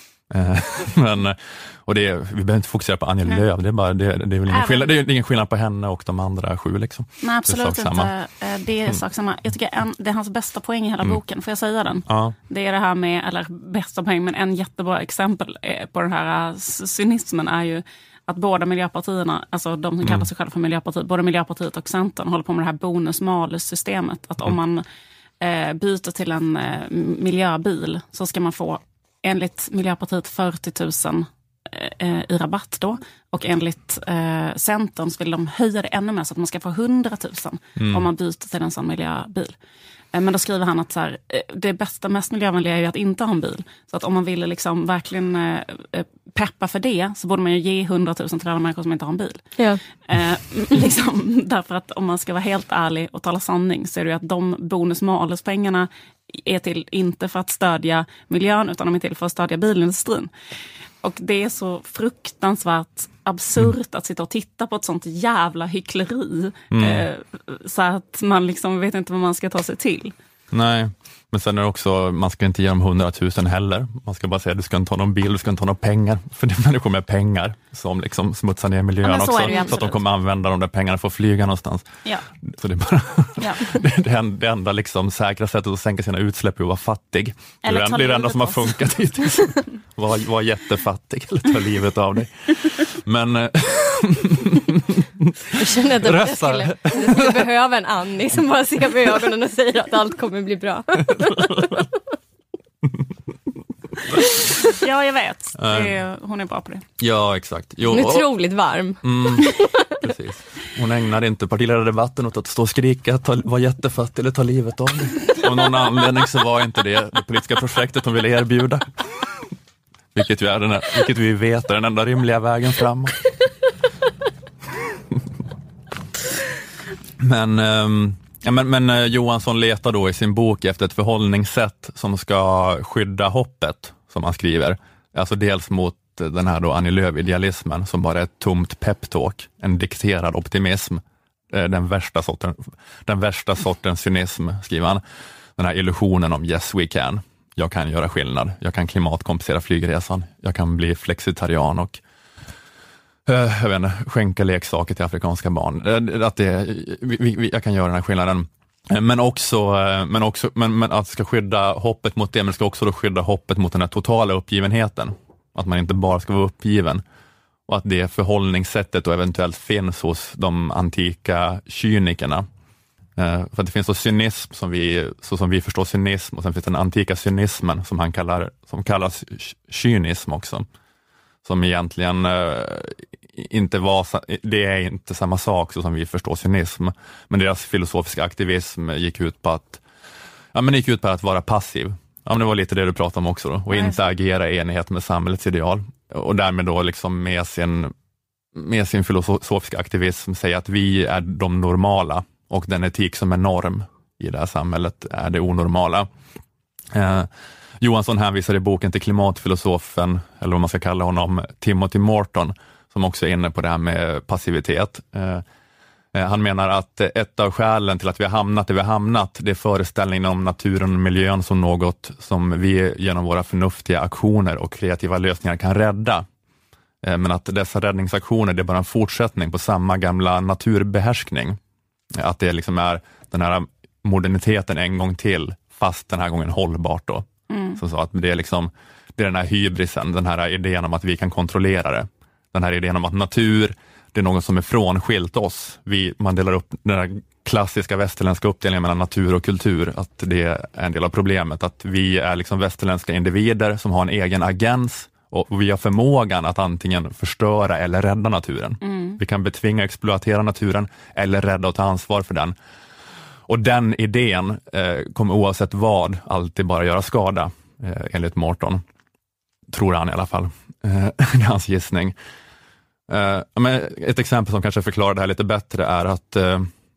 Och vi behöver inte fokusera på Annie Lööf, det är väl ingen skillnad, det är ingen skillnad på henne och de andra 7 liksom. Nej, absolut inte. Det är sak samma. Jag tycker det är hans bästa poäng i hela boken, får jag säga den? Ja. Det är det här med, eller bästa poäng, men en jättebra exempel på den här cynismen är ju att båda miljöpartierna, alltså de som kallar sig själva för Miljöpartiet, både Miljöpartiet och Centern håller på med det här bonus-malus-systemet. Att om man byter till en miljöbil så ska man få enligt Miljöpartiet 40 000 i rabatt då. Och enligt Centern så vill de höja det ännu mer så att man ska få 100 000 om man byter till en sån miljöbil. Men då skriver han att så här, det bästa, mest miljövänliga är ju att inte ha en bil. Så att om man ville liksom verkligen peppa för det så borde man ju ge 100 000 till alla människor som inte har en bil. Ja. Liksom, därför att om man ska vara helt ärlig och tala sanning så är det ju att de bonus-malus-pengarna är till inte för att stödja miljön utan de är till för att stödja bilindustrin. Och det är så fruktansvärt absurt att sitta och titta på ett sånt jävla hyckleri. Så att man liksom vet inte vad man ska ta sig till. Nej, men sen är det också, man ska inte ge dem 100 000 heller. Man ska bara säga att du ska inte ha någon bil, du ska inte ha några pengar. För det är människor med pengar som liksom smutsar ner miljön också. Så att de kommer använda de där pengarna för att flyga någonstans. Ja. Så det är bara det enda liksom säkra sättet att sänka sina utsläpp är att vara fattig. Det är det enda som har funkat hittills. Var jättefattig eller ta livet av dig. Men jag känner att jag skulle behöva en Annie som bara ser med ögonen och säger att allt kommer bli bra. Ja, jag vet. Hon är bra på det. Ja, exakt. Hon är otroligt varm. Precis. Hon ägnar inte partiledardebatten åt att stå och skrika, vara jättefattig eller ta livet av dig. Av någon anledning så var inte det politiska projektet hon ville erbjuda. Vilket vi vet är den enda rimliga vägen framåt. Men Johansson letar då i sin bok efter ett förhållningssätt som ska skydda hoppet, som han skriver. Alltså dels mot den här då Annie Lööf-idealismen som bara är ett tomt peptalk, en dikterad optimism, den värsta sortens cynism, skriver han. Den här illusionen om yes we can. Jag kan göra skillnad, jag kan klimatkompensera flygresan, jag kan bli flexitarian och skänka leksaker till afrikanska barn. Jag kan göra den här skillnaden. Men att ska skydda hoppet mot det, men ska också då skydda hoppet mot den här totala uppgivenheten. Att man inte bara ska vara uppgiven. Och att det förhållningssättet då eventuellt finns hos de antika kynikerna. För att det finns så cynism som vi förstår cynism, och sen finns den antika cynismen som kallas kynism också. Som egentligen det är inte samma sak så som vi förstår cynism. Men deras filosofiska aktivism gick ut på att vara passiv. Ja, men det var lite det du pratade om också då. Och inte agera i enighet med samhällets ideal. Och därmed då liksom med sin filosofiska aktivism säga att vi är de normala. Och den etik som är norm i det här samhället är det onormala. Johansson hänvisar i boken till klimatfilosofen, eller vad man ska kalla honom, Timothy Morton, som också är inne på det här med passivitet. Han menar att ett av skälen till att vi har hamnat där vi har hamnat, det är föreställningen om naturen och miljön som något som vi genom våra förnuftiga aktioner och kreativa lösningar kan rädda. Men att dessa räddningsaktioner, det är bara en fortsättning på samma gamla naturbehärskning. Att det liksom är den här moderniteten en gång till, fast den här gången hållbart då. Så att det är den här hybrisen, den här idén om att vi kan kontrollera det. Den här idén om att natur, det är något som är frånskilt oss. Man delar upp den här klassiska västerländska uppdelningen mellan natur och kultur, att det är en del av problemet. Att vi är liksom västerländska individer som har en egen agens, och vi har förmågan att antingen förstöra eller rädda naturen. Vi kan betvinga, exploatera naturen eller rädda och ta ansvar för den. Och den idén kommer oavsett vad alltid bara göra skada, enligt Morton. Tror han i alla fall. Det är hans gissning. Men ett exempel som kanske förklarar det här lite bättre är att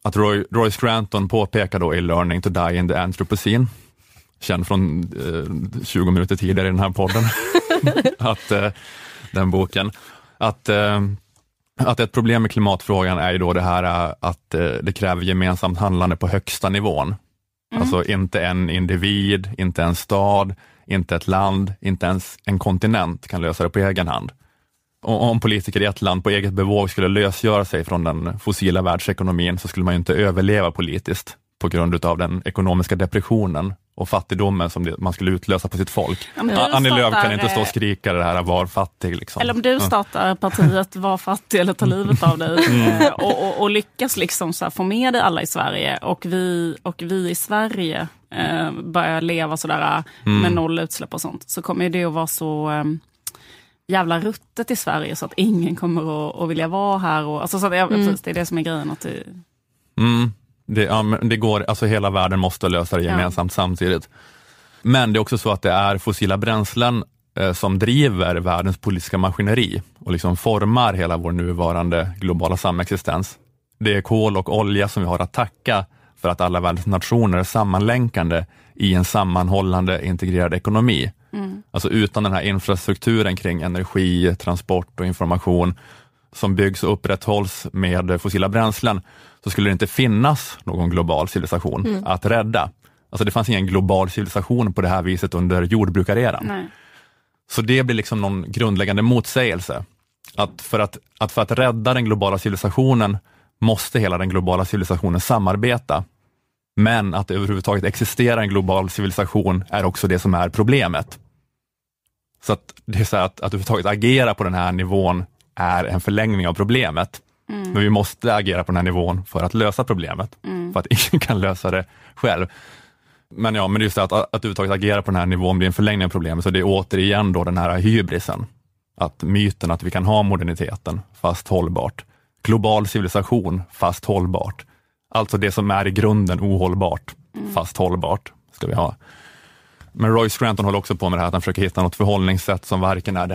att Roy Scranton påpekar då i Learning to Die in the Anthropocene, känd från 20 minuter tidigare i den här podden, att den boken, att ett problem med klimatfrågan är ju då det här att det kräver gemensamt handlande på högsta nivån. Alltså inte en individ, inte en stad, inte ett land, inte ens en kontinent kan lösa det på egen hand. Och om politiker i ett land på eget bevåg skulle lösgöra sig från den fossila världsekonomin så skulle man ju inte överleva politiskt på grund av den ekonomiska depressionen och fattigdomen som man skulle utlösa på sitt folk. Annie Lööf kan inte stå och skrika det här var fattig. Liksom. Eller om du startar partiet Var fattig eller ta livet av dig och lyckas liksom så här få med dig alla i Sverige och vi i Sverige börjar leva sådär med noll utsläpp och sånt, så kommer det att vara så jävla ruttet i Sverige så att ingen kommer att vilja vara här. Och, alltså, så att, precis, det är det som är grejen. Att det går, alltså hela världen måste lösa det gemensamt samtidigt. Men det är också så att det är fossila bränslen som driver världens politiska maskineri och liksom formar hela vår nuvarande globala samexistens. Det är kol och olja som vi har att tacka för att alla världens nationer är sammanlänkande i en sammanhållande integrerad ekonomi. Alltså utan den här infrastrukturen kring energi, transport och information som byggs och upprätthålls med fossila bränslen, så skulle det inte finnas någon global civilisation att rädda. Alltså det fanns ingen global civilisation på det här viset under jordbrukareran. Nej. Så det blir liksom någon grundläggande motsägelse. Att för att rädda den globala civilisationen måste hela den globala civilisationen samarbeta. Men att det överhuvudtaget existerar en global civilisation är också det som är problemet. Så att det är så att överhuvudtaget agera på den här nivån är en förlängning av problemet. Men vi måste agera på den här nivån för att lösa problemet. För att ingen kan lösa det själv. Men det är just att överhuvudtaget agera på den här nivån blir en förlängning av problemet. Så det är återigen då den här hybrisen. Att myten att vi kan ha moderniteten fast hållbart. Global civilisation fast hållbart. Alltså det som är i grunden ohållbart fast hållbart ska vi ha. Men Roy Scranton håller också på med det här att han försöker hitta något förhållningssätt som varken är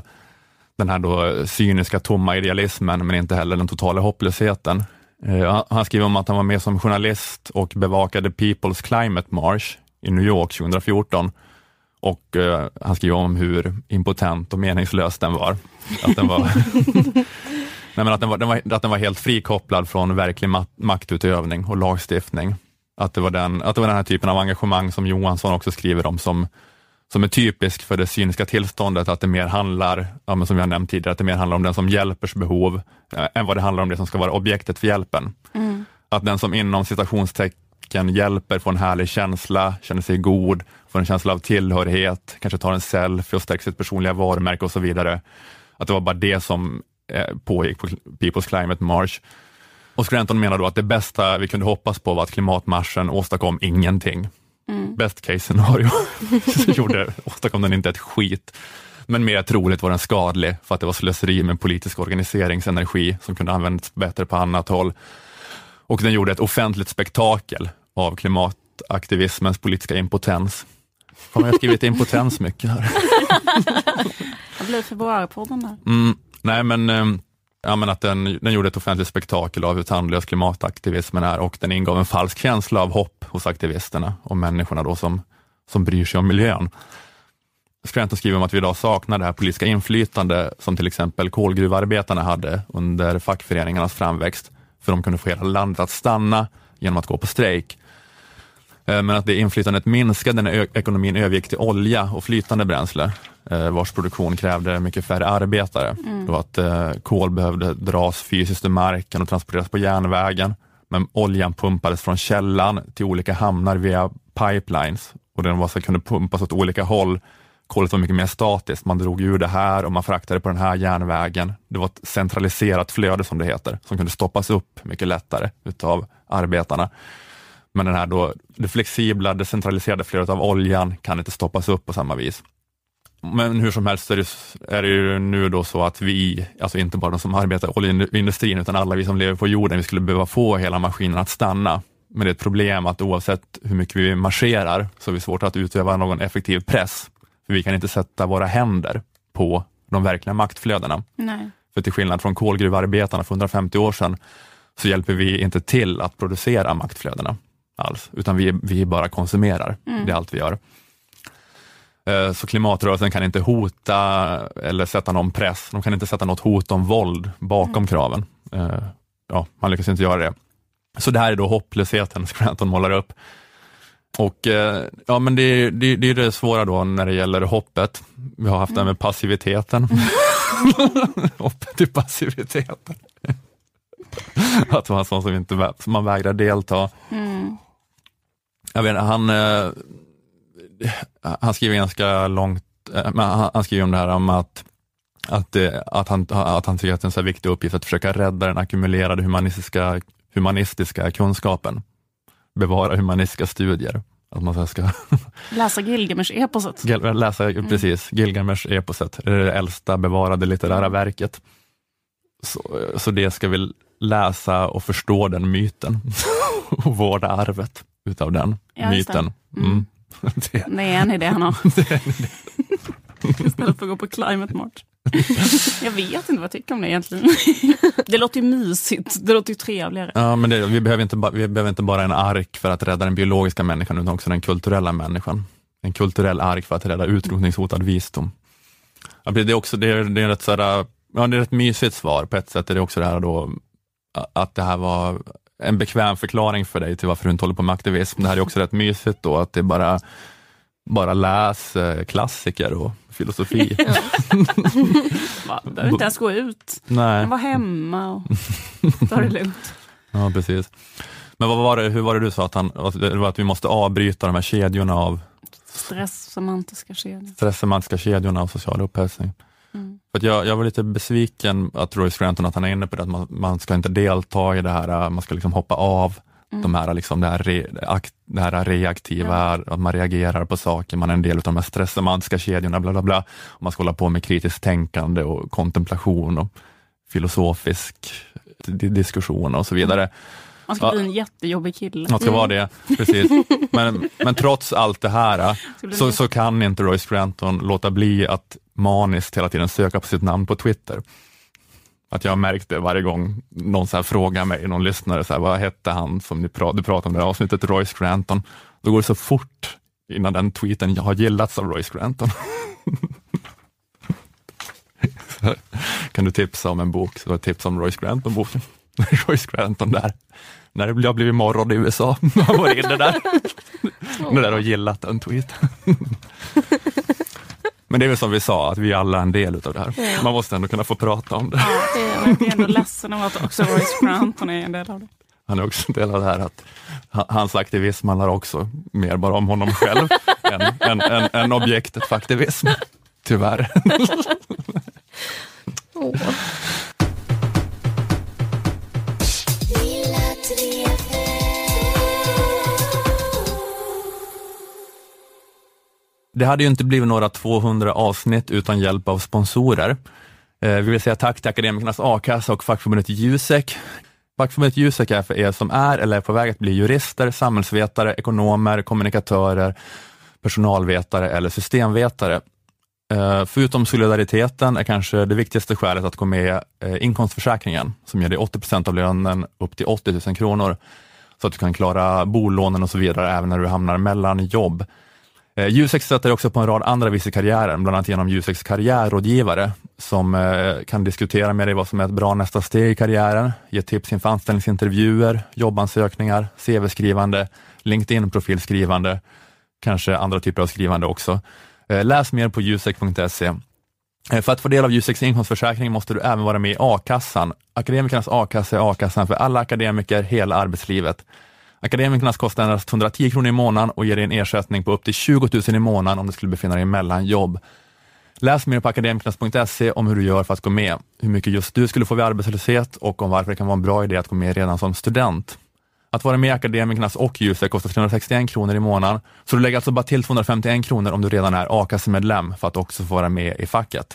den här då cyniska tomma idealismen men inte heller den totala hopplösheten. Han skriver om att han var med som journalist och bevakade People's Climate March i New York 2014 och han skriver om hur impotent och meningslös den var. Att den var nej, men att den var helt frikopplad från verklig maktutövning och lagstiftning. Att det var den här typen av engagemang som Johansson också skriver om som är typisk för det cyniska tillståndet, att det mer handlar, som jag nämnt tidigare, att det mer handlar om den som hjälpers behov än vad det handlar om det som ska vara objektet för hjälpen. Att den som inom citationstecken hjälper får en härlig känsla, känner sig god, får en känsla av tillhörighet, kanske tar en selfie och stärker sitt personliga varumärke och så vidare. Att det var bara det som pågick på People's Climate March. Och Scranton menar då att det bästa vi kunde hoppas på var att klimatmarschen åstadkom ingenting. Best case scenario åstadkom den inte ett skit. Men mer troligt var den skadlig för att det var slöseri med politisk organiseringsenergi som kunde användas bättre på annat håll. Och den gjorde ett offentligt spektakel av klimataktivismens politiska impotens. Fan, jag har skrivit impotens mycket här. Jag blir februaripodden där. Nej, men att den gjorde ett offentligt spektakel av hur tandlös klimataktivismen är, och den ingav en falsk känsla av hopp hos aktivisterna och människorna då som bryr sig om miljön. Scranton skriver om att vi idag saknar det här politiska inflytande som till exempel kolgruvarbetarna hade under fackföreningarnas framväxt, för de kunde få hela landet att stanna genom att gå på strejk. Men att det inflytandet minskade när ekonomin övergick till olja och flytande bränsle, vars produktion krävde mycket färre arbetare. Då att kol behövde dras fysiskt ur marken och transporteras på järnvägen, men oljan pumpades från källan till olika hamnar via pipelines, och den kunde pumpas åt olika håll. Kolet var mycket mer statiskt, man drog ur det här och man fraktade på den här järnvägen. Det var ett centraliserat flöde som det heter, som kunde stoppas upp mycket lättare utav arbetarna. Men den här då, det flexibla, decentraliserade flödet av oljan kan inte stoppas upp på samma vis. Men hur som helst är det ju nu då så att vi, alltså inte bara de som arbetar i oljeindustrin utan alla vi som lever på jorden, vi skulle behöva få hela maskinen att stanna. Men det är ett problem att oavsett hur mycket vi marscherar så är det svårt att utöva någon effektiv press. För vi kan inte sätta våra händer på de verkliga maktflödena. Nej. För till skillnad från kolgruvarbetarna för 150 år sedan så hjälper vi inte till att producera maktflödena alls, utan vi bara konsumerar. Det är allt vi gör. Så klimatrörelsen kan inte hota eller sätta någon press. De kan inte sätta något hot om våld bakom kraven. Man lyckas inte göra det. Så det här är då hopplösheten Scranton målar upp. Och men det är det svåra då när det gäller hoppet. Vi har haft det med passiviteten. Hoppet i passiviteten. Att vara sån som inte man vägrar delta. Jag vet, han skriver ganska långt, han skriver om det här om att han tycker att det är en så viktig uppgift att försöka rädda den ackumulerade humanistiska kunskapen. Bevara humanistiska studier. Att man ska läsa Gilgamesh-eposet. Precis, Gilgamesh-eposet. Det är det äldsta bevarade litterära verket. Så det ska vi läsa och förstå den myten. Och vårda arvet utav den myten. Det är en idé han har. Istället för att gå på Climate March. Jag vet inte vad jag tycker om det egentligen. Det låter ju mysigt, det låter ju trevligare. Ja, men vi behöver inte bara en ark för att rädda den biologiska människan, utan också den kulturella människan. En kulturell ark för att rädda utrotningshotad visdom. Ja, det är ett mysigt svar. På ett sätt är det också det här då, att det här var en bekväm förklaring för dig till varför du inte håller på med aktivism. Det här är också rätt mysigt då, att det bara läs klassiker och filosofi. Behöver inte ens gå ut. Nej. Var hemma och ta det lugnt. Ja, precis. Men hur var det du sa att vi måste avbryta de här kedjorna av stresssemantiska kedjorna av social upphetsning. För att jag var lite besviken att Roy Scranton att han är inne på det, att man ska inte delta i det här, man ska liksom hoppa av de här liksom det här reaktiva, att man reagerar på saker, man är en del av de här stresssemantiska kedjorna, bla bla bla, och man ska hålla på med kritiskt tänkande och kontemplation och filosofisk diskussion och så vidare. Man ska bli en jättejobbig kille. Man ska vara det, precis. Men trots allt det här så kan inte Roy Scranton låta bli att maniskt hela tiden söka på sitt namn på Twitter. Att jag märkte varje gång någon så här frågar mig, någon lyssnare så här, vad hette han som du pratade om det här avsnittet, Roy Scranton. Då går det så fort innan den tweeten har gillats av Roy Scranton. Kan du tipsa om en bok, så tipsa om Roy Scranton-boken. Roy Scranton där. När det har blivit morgon i USA. Man var inne där. Det där har gillat en tweet. Men det är väl som vi sa, att vi alla är en del av det här. Man måste ändå kunna få prata om det. Ja, jag är ändå ledsen om att också Roy Scranton är en del av det. Han är också en del av det här att hans aktivism handlar också mer bara om honom själv än objektet för aktivism. Tyvärr. Det hade ju inte blivit några 200 avsnitt utan hjälp av sponsorer. Vi vill säga tack till Akademikernas A-kassa och fackförbundet Jusek. Fackförbundet Jusek är för er som är eller är på väg att bli jurister, samhällsvetare, ekonomer, kommunikatörer, personalvetare eller systemvetare. Förutom solidariteten är kanske det viktigaste skälet att gå med inkomstförsäkringen som ger dig 80% av lönen upp till 80 000 kronor. Så att du kan klara bolånen och så vidare även när du hamnar mellan jobb. Jusek stöter också på en rad andra vis i karriären, bland annat genom Juseks karriärrådgivare som kan diskutera med dig vad som är ett bra nästa steg i karriären, ge tips inför anställningsintervjuer, jobbansökningar, CV-skrivande, LinkedIn-profilskrivande, kanske andra typer av skrivande också. Läs mer på jusek.se. För att få del av Juseks inkomstförsäkring måste du även vara med i A-kassan. Akademikernas A-kassa är A-kassan för alla akademiker hela arbetslivet. Akademikernas kostar endast 110 kronor i månaden och ger dig en ersättning på upp till 20 000 i månaden om du skulle befinna dig mellan jobb. Läs mer på akademikernas.se om hur du gör för att gå med, hur mycket just du skulle få vid arbetslöshet och om varför det kan vara en bra idé att gå med redan som student. Att vara med i Akademikernas och Jusek kostar 361 kronor i månaden, så du lägger alltså bara till 251 kronor om du redan är A-kassemedlem för att också få vara med i facket.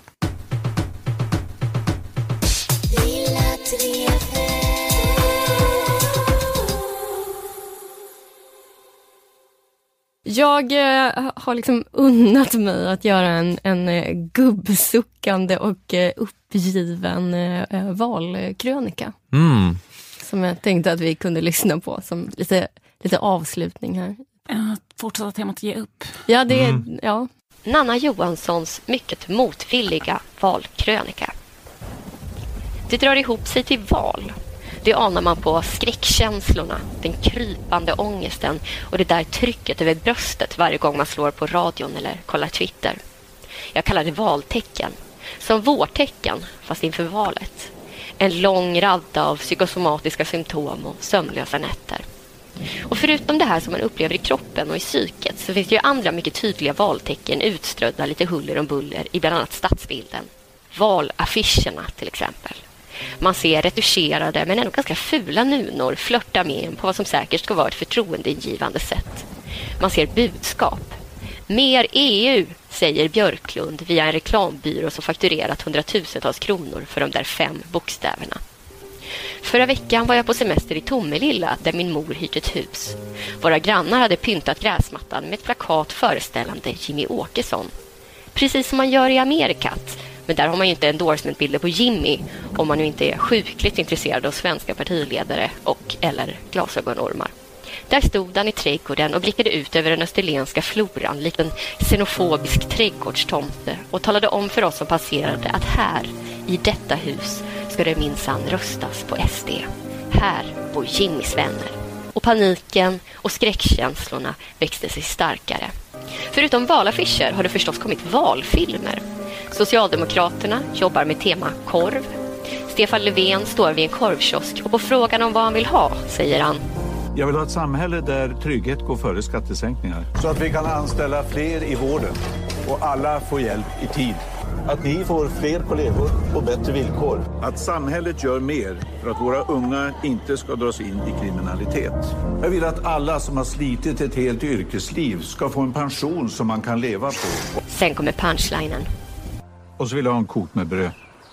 Jag har liksom unnat mig att göra en gubbsuckande och uppgiven valkrönika. som jag tänkte att vi kunde lyssna på som lite avslutning här. Fortsätta temat ge upp. Ja, ja. Nanna Johanssons mycket motvilliga valkrönika. Det drar ihop sig till val. Det anar man på skräckkänslorna, den krypande ångesten och det där trycket över bröstet varje gång man slår på radion eller kollar Twitter. Jag kallar det valtecken. Som vårtecken, fast inför valet. En lång radda av psykosomatiska symptom och sömnlösa nätter. Och förutom det här som man upplever i kroppen och i psyket så finns det ju andra mycket tydliga valtecken utströdda lite huller om buller i bland annat stadsbilden. Valaffischerna till exempel. Man ser retuscherade men ändå ganska fula nunor flörta med en på vad som säkert ska vara ett förtroendeingivande sätt. Man ser budskap. Mer EU, säger Björklund via en reklambyrå som fakturerat 100,000-tals kronor för de där 5 bokstäverna. Förra veckan var jag på semester i Tomelilla där min mor hyrt ett hus. Våra grannar hade pyntat gräsmattan med ett plakat föreställande Jimmy Åkesson. Precis som man gör i Amerikat. Men där har man ju inte endorsementbilder på Jimmy om man nu inte är sjukligt intresserad av svenska partiledare eller glasögonormar. Där stod han i trädgården och blickade ut över den österlenska floran likt en xenofobisk trädgårdstomte och talade om för oss som passerade att här, i detta hus, ska det minsann röstas på SD. Här bor Jimmys vänner. Och paniken och skräckkänslorna växte sig starkare. Förutom valaffischer har det förstås kommit valfilmer. Socialdemokraterna jobbar med tema korv. Stefan Löfven står vid en korvkiosk och på frågan om vad han vill ha säger han: Jag vill ha ett samhälle där trygghet går före skattesänkningar. Så att vi kan anställa fler i vården och alla får hjälp i tid. Att ni får fler kollegor och bättre villkor. Att samhället gör mer för att våra unga inte ska dras in i kriminalitet. Jag vill att alla som har slitit ett helt yrkesliv ska få en pension som man kan leva på. Sen kommer punchlinen. Och så vill jag ha en kok med bröd.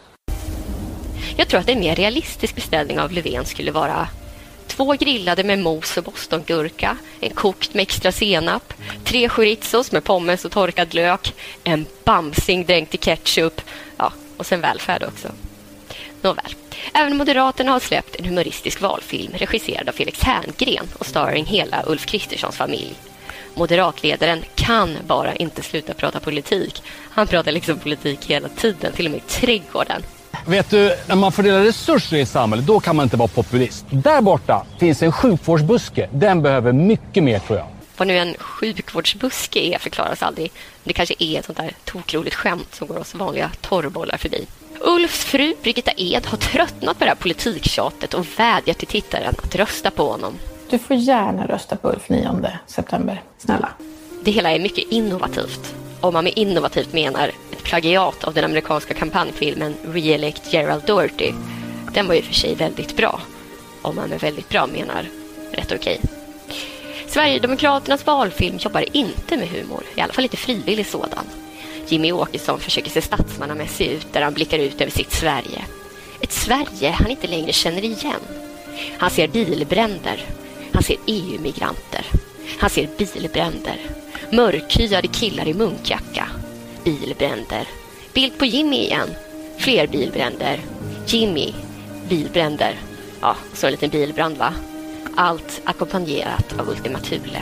Jag tror att en mer realistisk beställning av Löfven skulle vara 2 grillade med mos och bostongurka, en kokt med extra senap, 3 chorizos med pommes och torkad lök, en bamsing dränkt i ketchup, ja, och sen välfärd också. Nåväl. Även Moderaterna har släppt en humoristisk valfilm regisserad av Felix Herngren och starring hela Ulf Kristerssons familj. Moderatledaren kan bara inte sluta prata politik. Han pratar liksom politik hela tiden, till och med i trädgården. Vet du, när man fördelar resurser i samhället, då kan man inte vara populist. Där borta finns en sjukvårdsbuske. Den behöver mycket mer, tror jag. Vad nu en sjukvårdsbuske är förklaras aldrig. Det kanske är ett sånt där tokroligt skämt som går oss vanliga torrbollar förbi. Ulfs fru Birgitta Ed har tröttnat på det här politiktjatet och vädjar till tittaren att rösta på honom. Du får gärna rösta på Ulf 9 september. Snälla. Det hela är mycket innovativt. Om man med innovativt menar ett plagiat av den amerikanska kampanjfilmen Re-elect Gerald Doherty. Den var ju för sig väldigt bra. Om man med väldigt bra menar rätt okej. Sverigedemokraternas valfilm jobbar inte med humor. I alla fall inte frivillig sådan. Jimmy Åkesson försöker se statsmannamässig ut där han blickar ut över sitt Sverige. Ett Sverige han inte längre känner igen. Han ser bilbränder. Han ser EU-migranter. Han ser bilbränder. Mörkhyade killar i munkjacka. Bilbränder. Bild på Jimmy igen. Fler bilbränder. Jimmy. Bilbränder. Ja, så en liten bilbrand va? Allt ackompanjerat av Ultima Thule.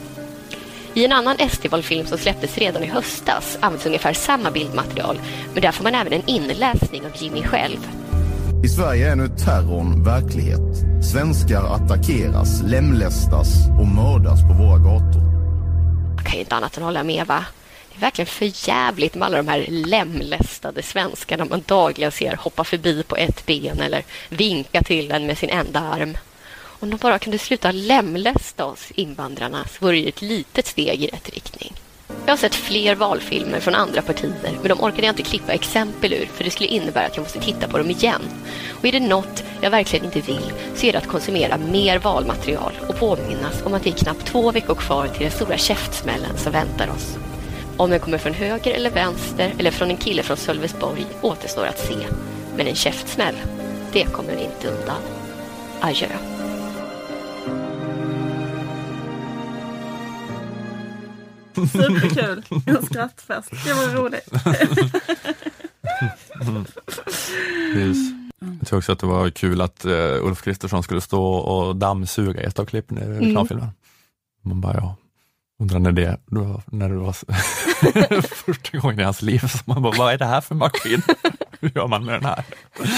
I en annan SD-valfilm som släpptes redan i höstas används ungefär samma bildmaterial, men där får man även en inläsning av Jimmy själv. I Sverige är nu terrorn verklighet. Svenskar attackeras, lemlästas och mördas på våra gator. Jag kan ju inte annat än hålla med va? Det är verkligen för jävligt med alla de här lemlästade svenskarna man dagligen ser hoppa förbi på ett ben eller vinka till en med sin enda arm. Om de bara kunde sluta lemlästa oss invandrarna så vore det ett litet steg i rätt riktning. Jag har sett fler valfilmer från andra partier, men de orkade jag inte klippa exempel ur för det skulle innebära att jag måste titta på dem igen. Och är det något jag verkligen inte vill så är det att konsumera mer valmaterial och påminnas om att det är knappt 2 veckor kvar till den stora käftsmällen som väntar oss. Om den kommer från höger eller vänster eller från en kille från Sölvesborg återstår att se. Men en käftsmäll, det kommer vi inte undan. Adjö. Superkul. En skrattfest. Det var roligt. Jag tror också att det var kul att Ulf Kristersson skulle stå och dammsuga i ett av klippen i reklamfilmen. Man bara, undrar när det var första gången i hans liv. Så man bara, vad är det här för maskin? Hur gör man med den här?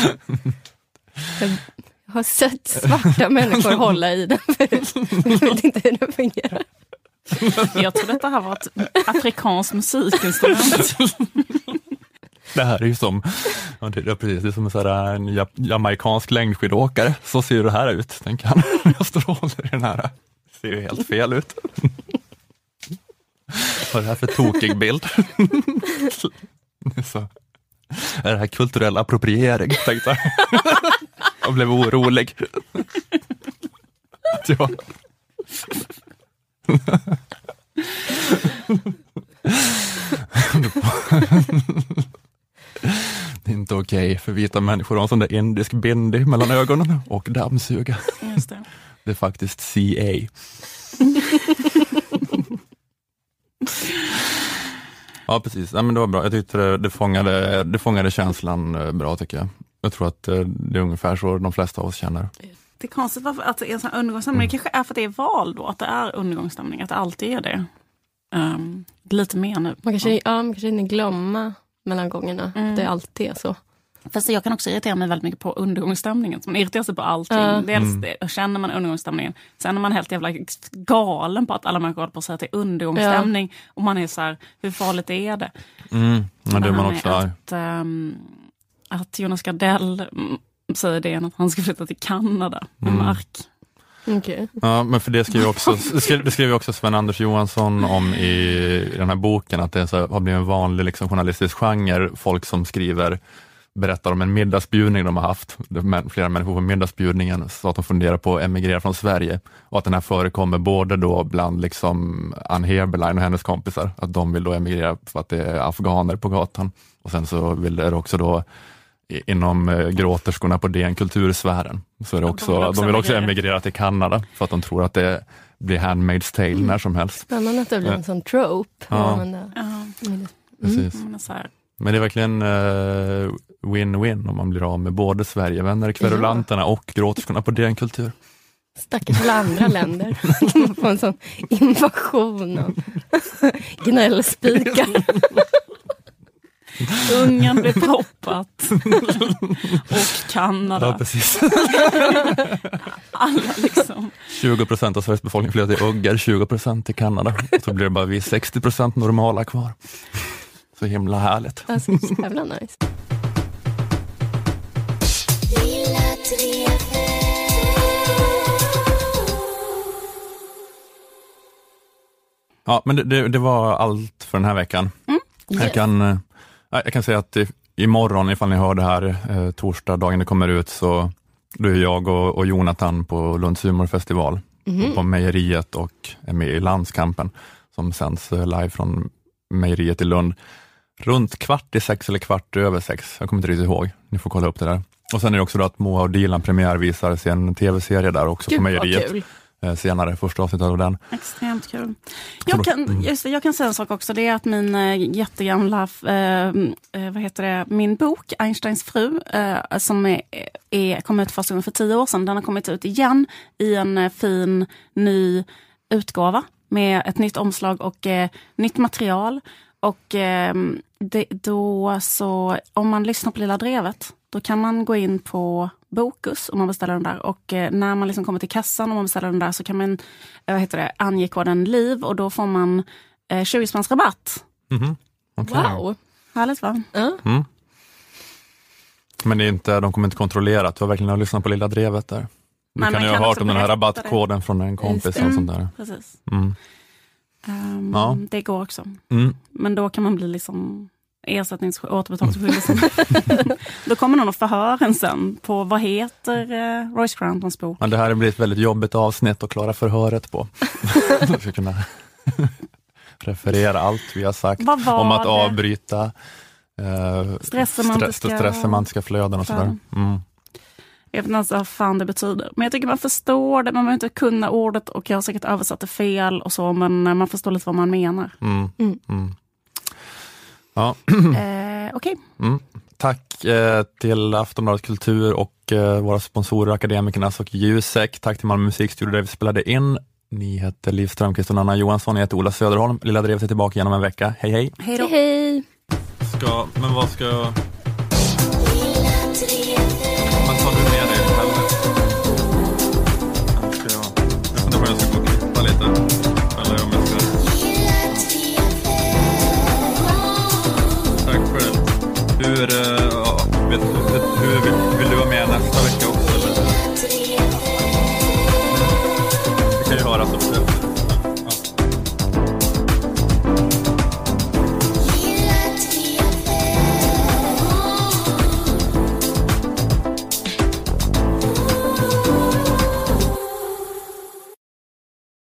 Jag har sett svarta människor hålla i den förut. Jag vet inte hur det fungerar. Jag tror detta här var ett afrikanskt musikinstrument. Det här är ju som, det är precis, det är som en jamaikansk längdskidåkare. Så ser det här ut, tänker han. Jag står och håller i den här. Det ser ju helt fel ut. Vad är det här för tokig bild? Så. Är det här kulturell appropriering, tänkte jag. Jag blev orolig. Ja. Det är inte okej för vita människor att ha en sån där indisk bindi mellan ögonen och dammsuga. Just det. Det är faktiskt CA. Ja, precis. Ja, men det var bra. Jag tyckte det fångade känslan bra, tycker jag. Jag tror att det är ungefär så de flesta av oss känner. Det är konstigt att det är en sån här undergångsstämning. Det kanske är för att det är val då, att det är undergångsstämning, att det alltid är det. Lite mer nu. Man kanske inte glömma mellan gångerna. Det är alltid så. Fast jag kan också irritera mig väldigt mycket på undergångsstämningen. Man irriterar sig på allting. Dels känner man undergångsstämningen. Sen är man helt jävla galen på att alla människor håller på att säga att det är undergångsstämning. Och man är så här, hur farligt är det? Ja, det är man också. Att Jonas Gardell säger det, att han ska flytta till Kanada med mark. Okay. Ja, men för det skrev också Sven-Anders Johansson om i den här boken, att det har blivit en vanlig liksom, journalistisk genre. Folk som berättar om en middagsbjudning de har haft. Flera människor på middagsbjudningen så att de funderar på att emigrera från Sverige. Och att den här förekommer både då bland liksom Ann Heberlein och hennes kompisar. Att de vill då emigrera för att det är afghaner på gatan. Och sen så vill det också då inom gråterskorna på DN kultursfären. Så är det också, de vill också emigrera till Kanada för att de tror att det blir Handmaid's Tale när som helst. Spännande att det blir en sån trope. Precis. Men det är verkligen win-win om man blir av med både Sverigevänner, kverulanterna och gråterskorna på DN kultur. Stackars alla andra länder. På en sån invasion av gnällspikar. Ungern blir proppat. Och Kanada. Ja, precis. Alla liksom. 20% av Sveriges befolkning flyttar till Ugger, 20% till Kanada. Så blir det bara vi 60% normala kvar. Så himla härligt. Alltså, så jävla nice. Ja, men det var allt för den här veckan. Jag kan säga att imorgon, ifall ni hör det här torsdag, dagen det kommer ut, så då är jag och Jonathan på Lunds humorfestival på Mejeriet och är med i Landskampen som sänds live från Mejeriet i Lund. Runt 5:15 eller 5:15. Jag kommer inte riktigt ihåg. Ni får kolla upp det där. Och sen är det också då att Moa och Dilan premiärvisar sin tv-serie där också. Gud, på Mejeriet. Kul. Senare, första avsnittet av den. Extremt kul. Jag kan säga en sak också. Det är att min jättegamla min bok Einsteins fru som kom ut första gången för 10 år sedan. Den har kommit ut igen i en fin ny utgåva med ett nytt omslag och nytt material. Och då så om man lyssnar på Lilla Drevet, då kan man gå in på Bokus om man beställer den där. Och när man liksom kommer till kassan och man beställer den där så kan man ange koden LIV och då får man 20 spänns rabatt. Okay. Wow, härligt va? Men det är inte, de kommer inte kontrollera att du verkligen har lyssnat på Lilla Drevet där. Du kan ju ha hört om den här rabattkoden från en kompis och sånt där. Precis. Det går också. Men då kan man bli liksom återbetalningsskyldig. Då kommer någon att förhöra en sen på vad heter Royce Grantons bok. Ja, det här blir ett väldigt jobbigt avsnitt att klara förhöret på. Du ska kunna referera allt vi har sagt om att avbryta stresssemantiska flöden och sådär. Jag vet inte vad fan det betyder. Men jag tycker man förstår det. Man behöver inte kunna ordet och jag har säkert översatt det fel och så, men man förstår lite vad man menar. Ja. Okej. Tack till Aftonbladet Kultur och våra sponsorer Akademikernas och Jusek. Tack till Malmö musikstudio där vi spelade in. Ni heter Liv Strömqvist och Anna Johansson. Jag heter Ola Söderholm. Lilla Drevet är tillbaka igen om en vecka. Hej hej. Hej då. Hej. Men vad ska jag... Men tar du med dig själv? Jag funderar på om jag ska gå och klippa lite. Eller om jag ska... Tack själv. Hur vill du vara med nästa vecka?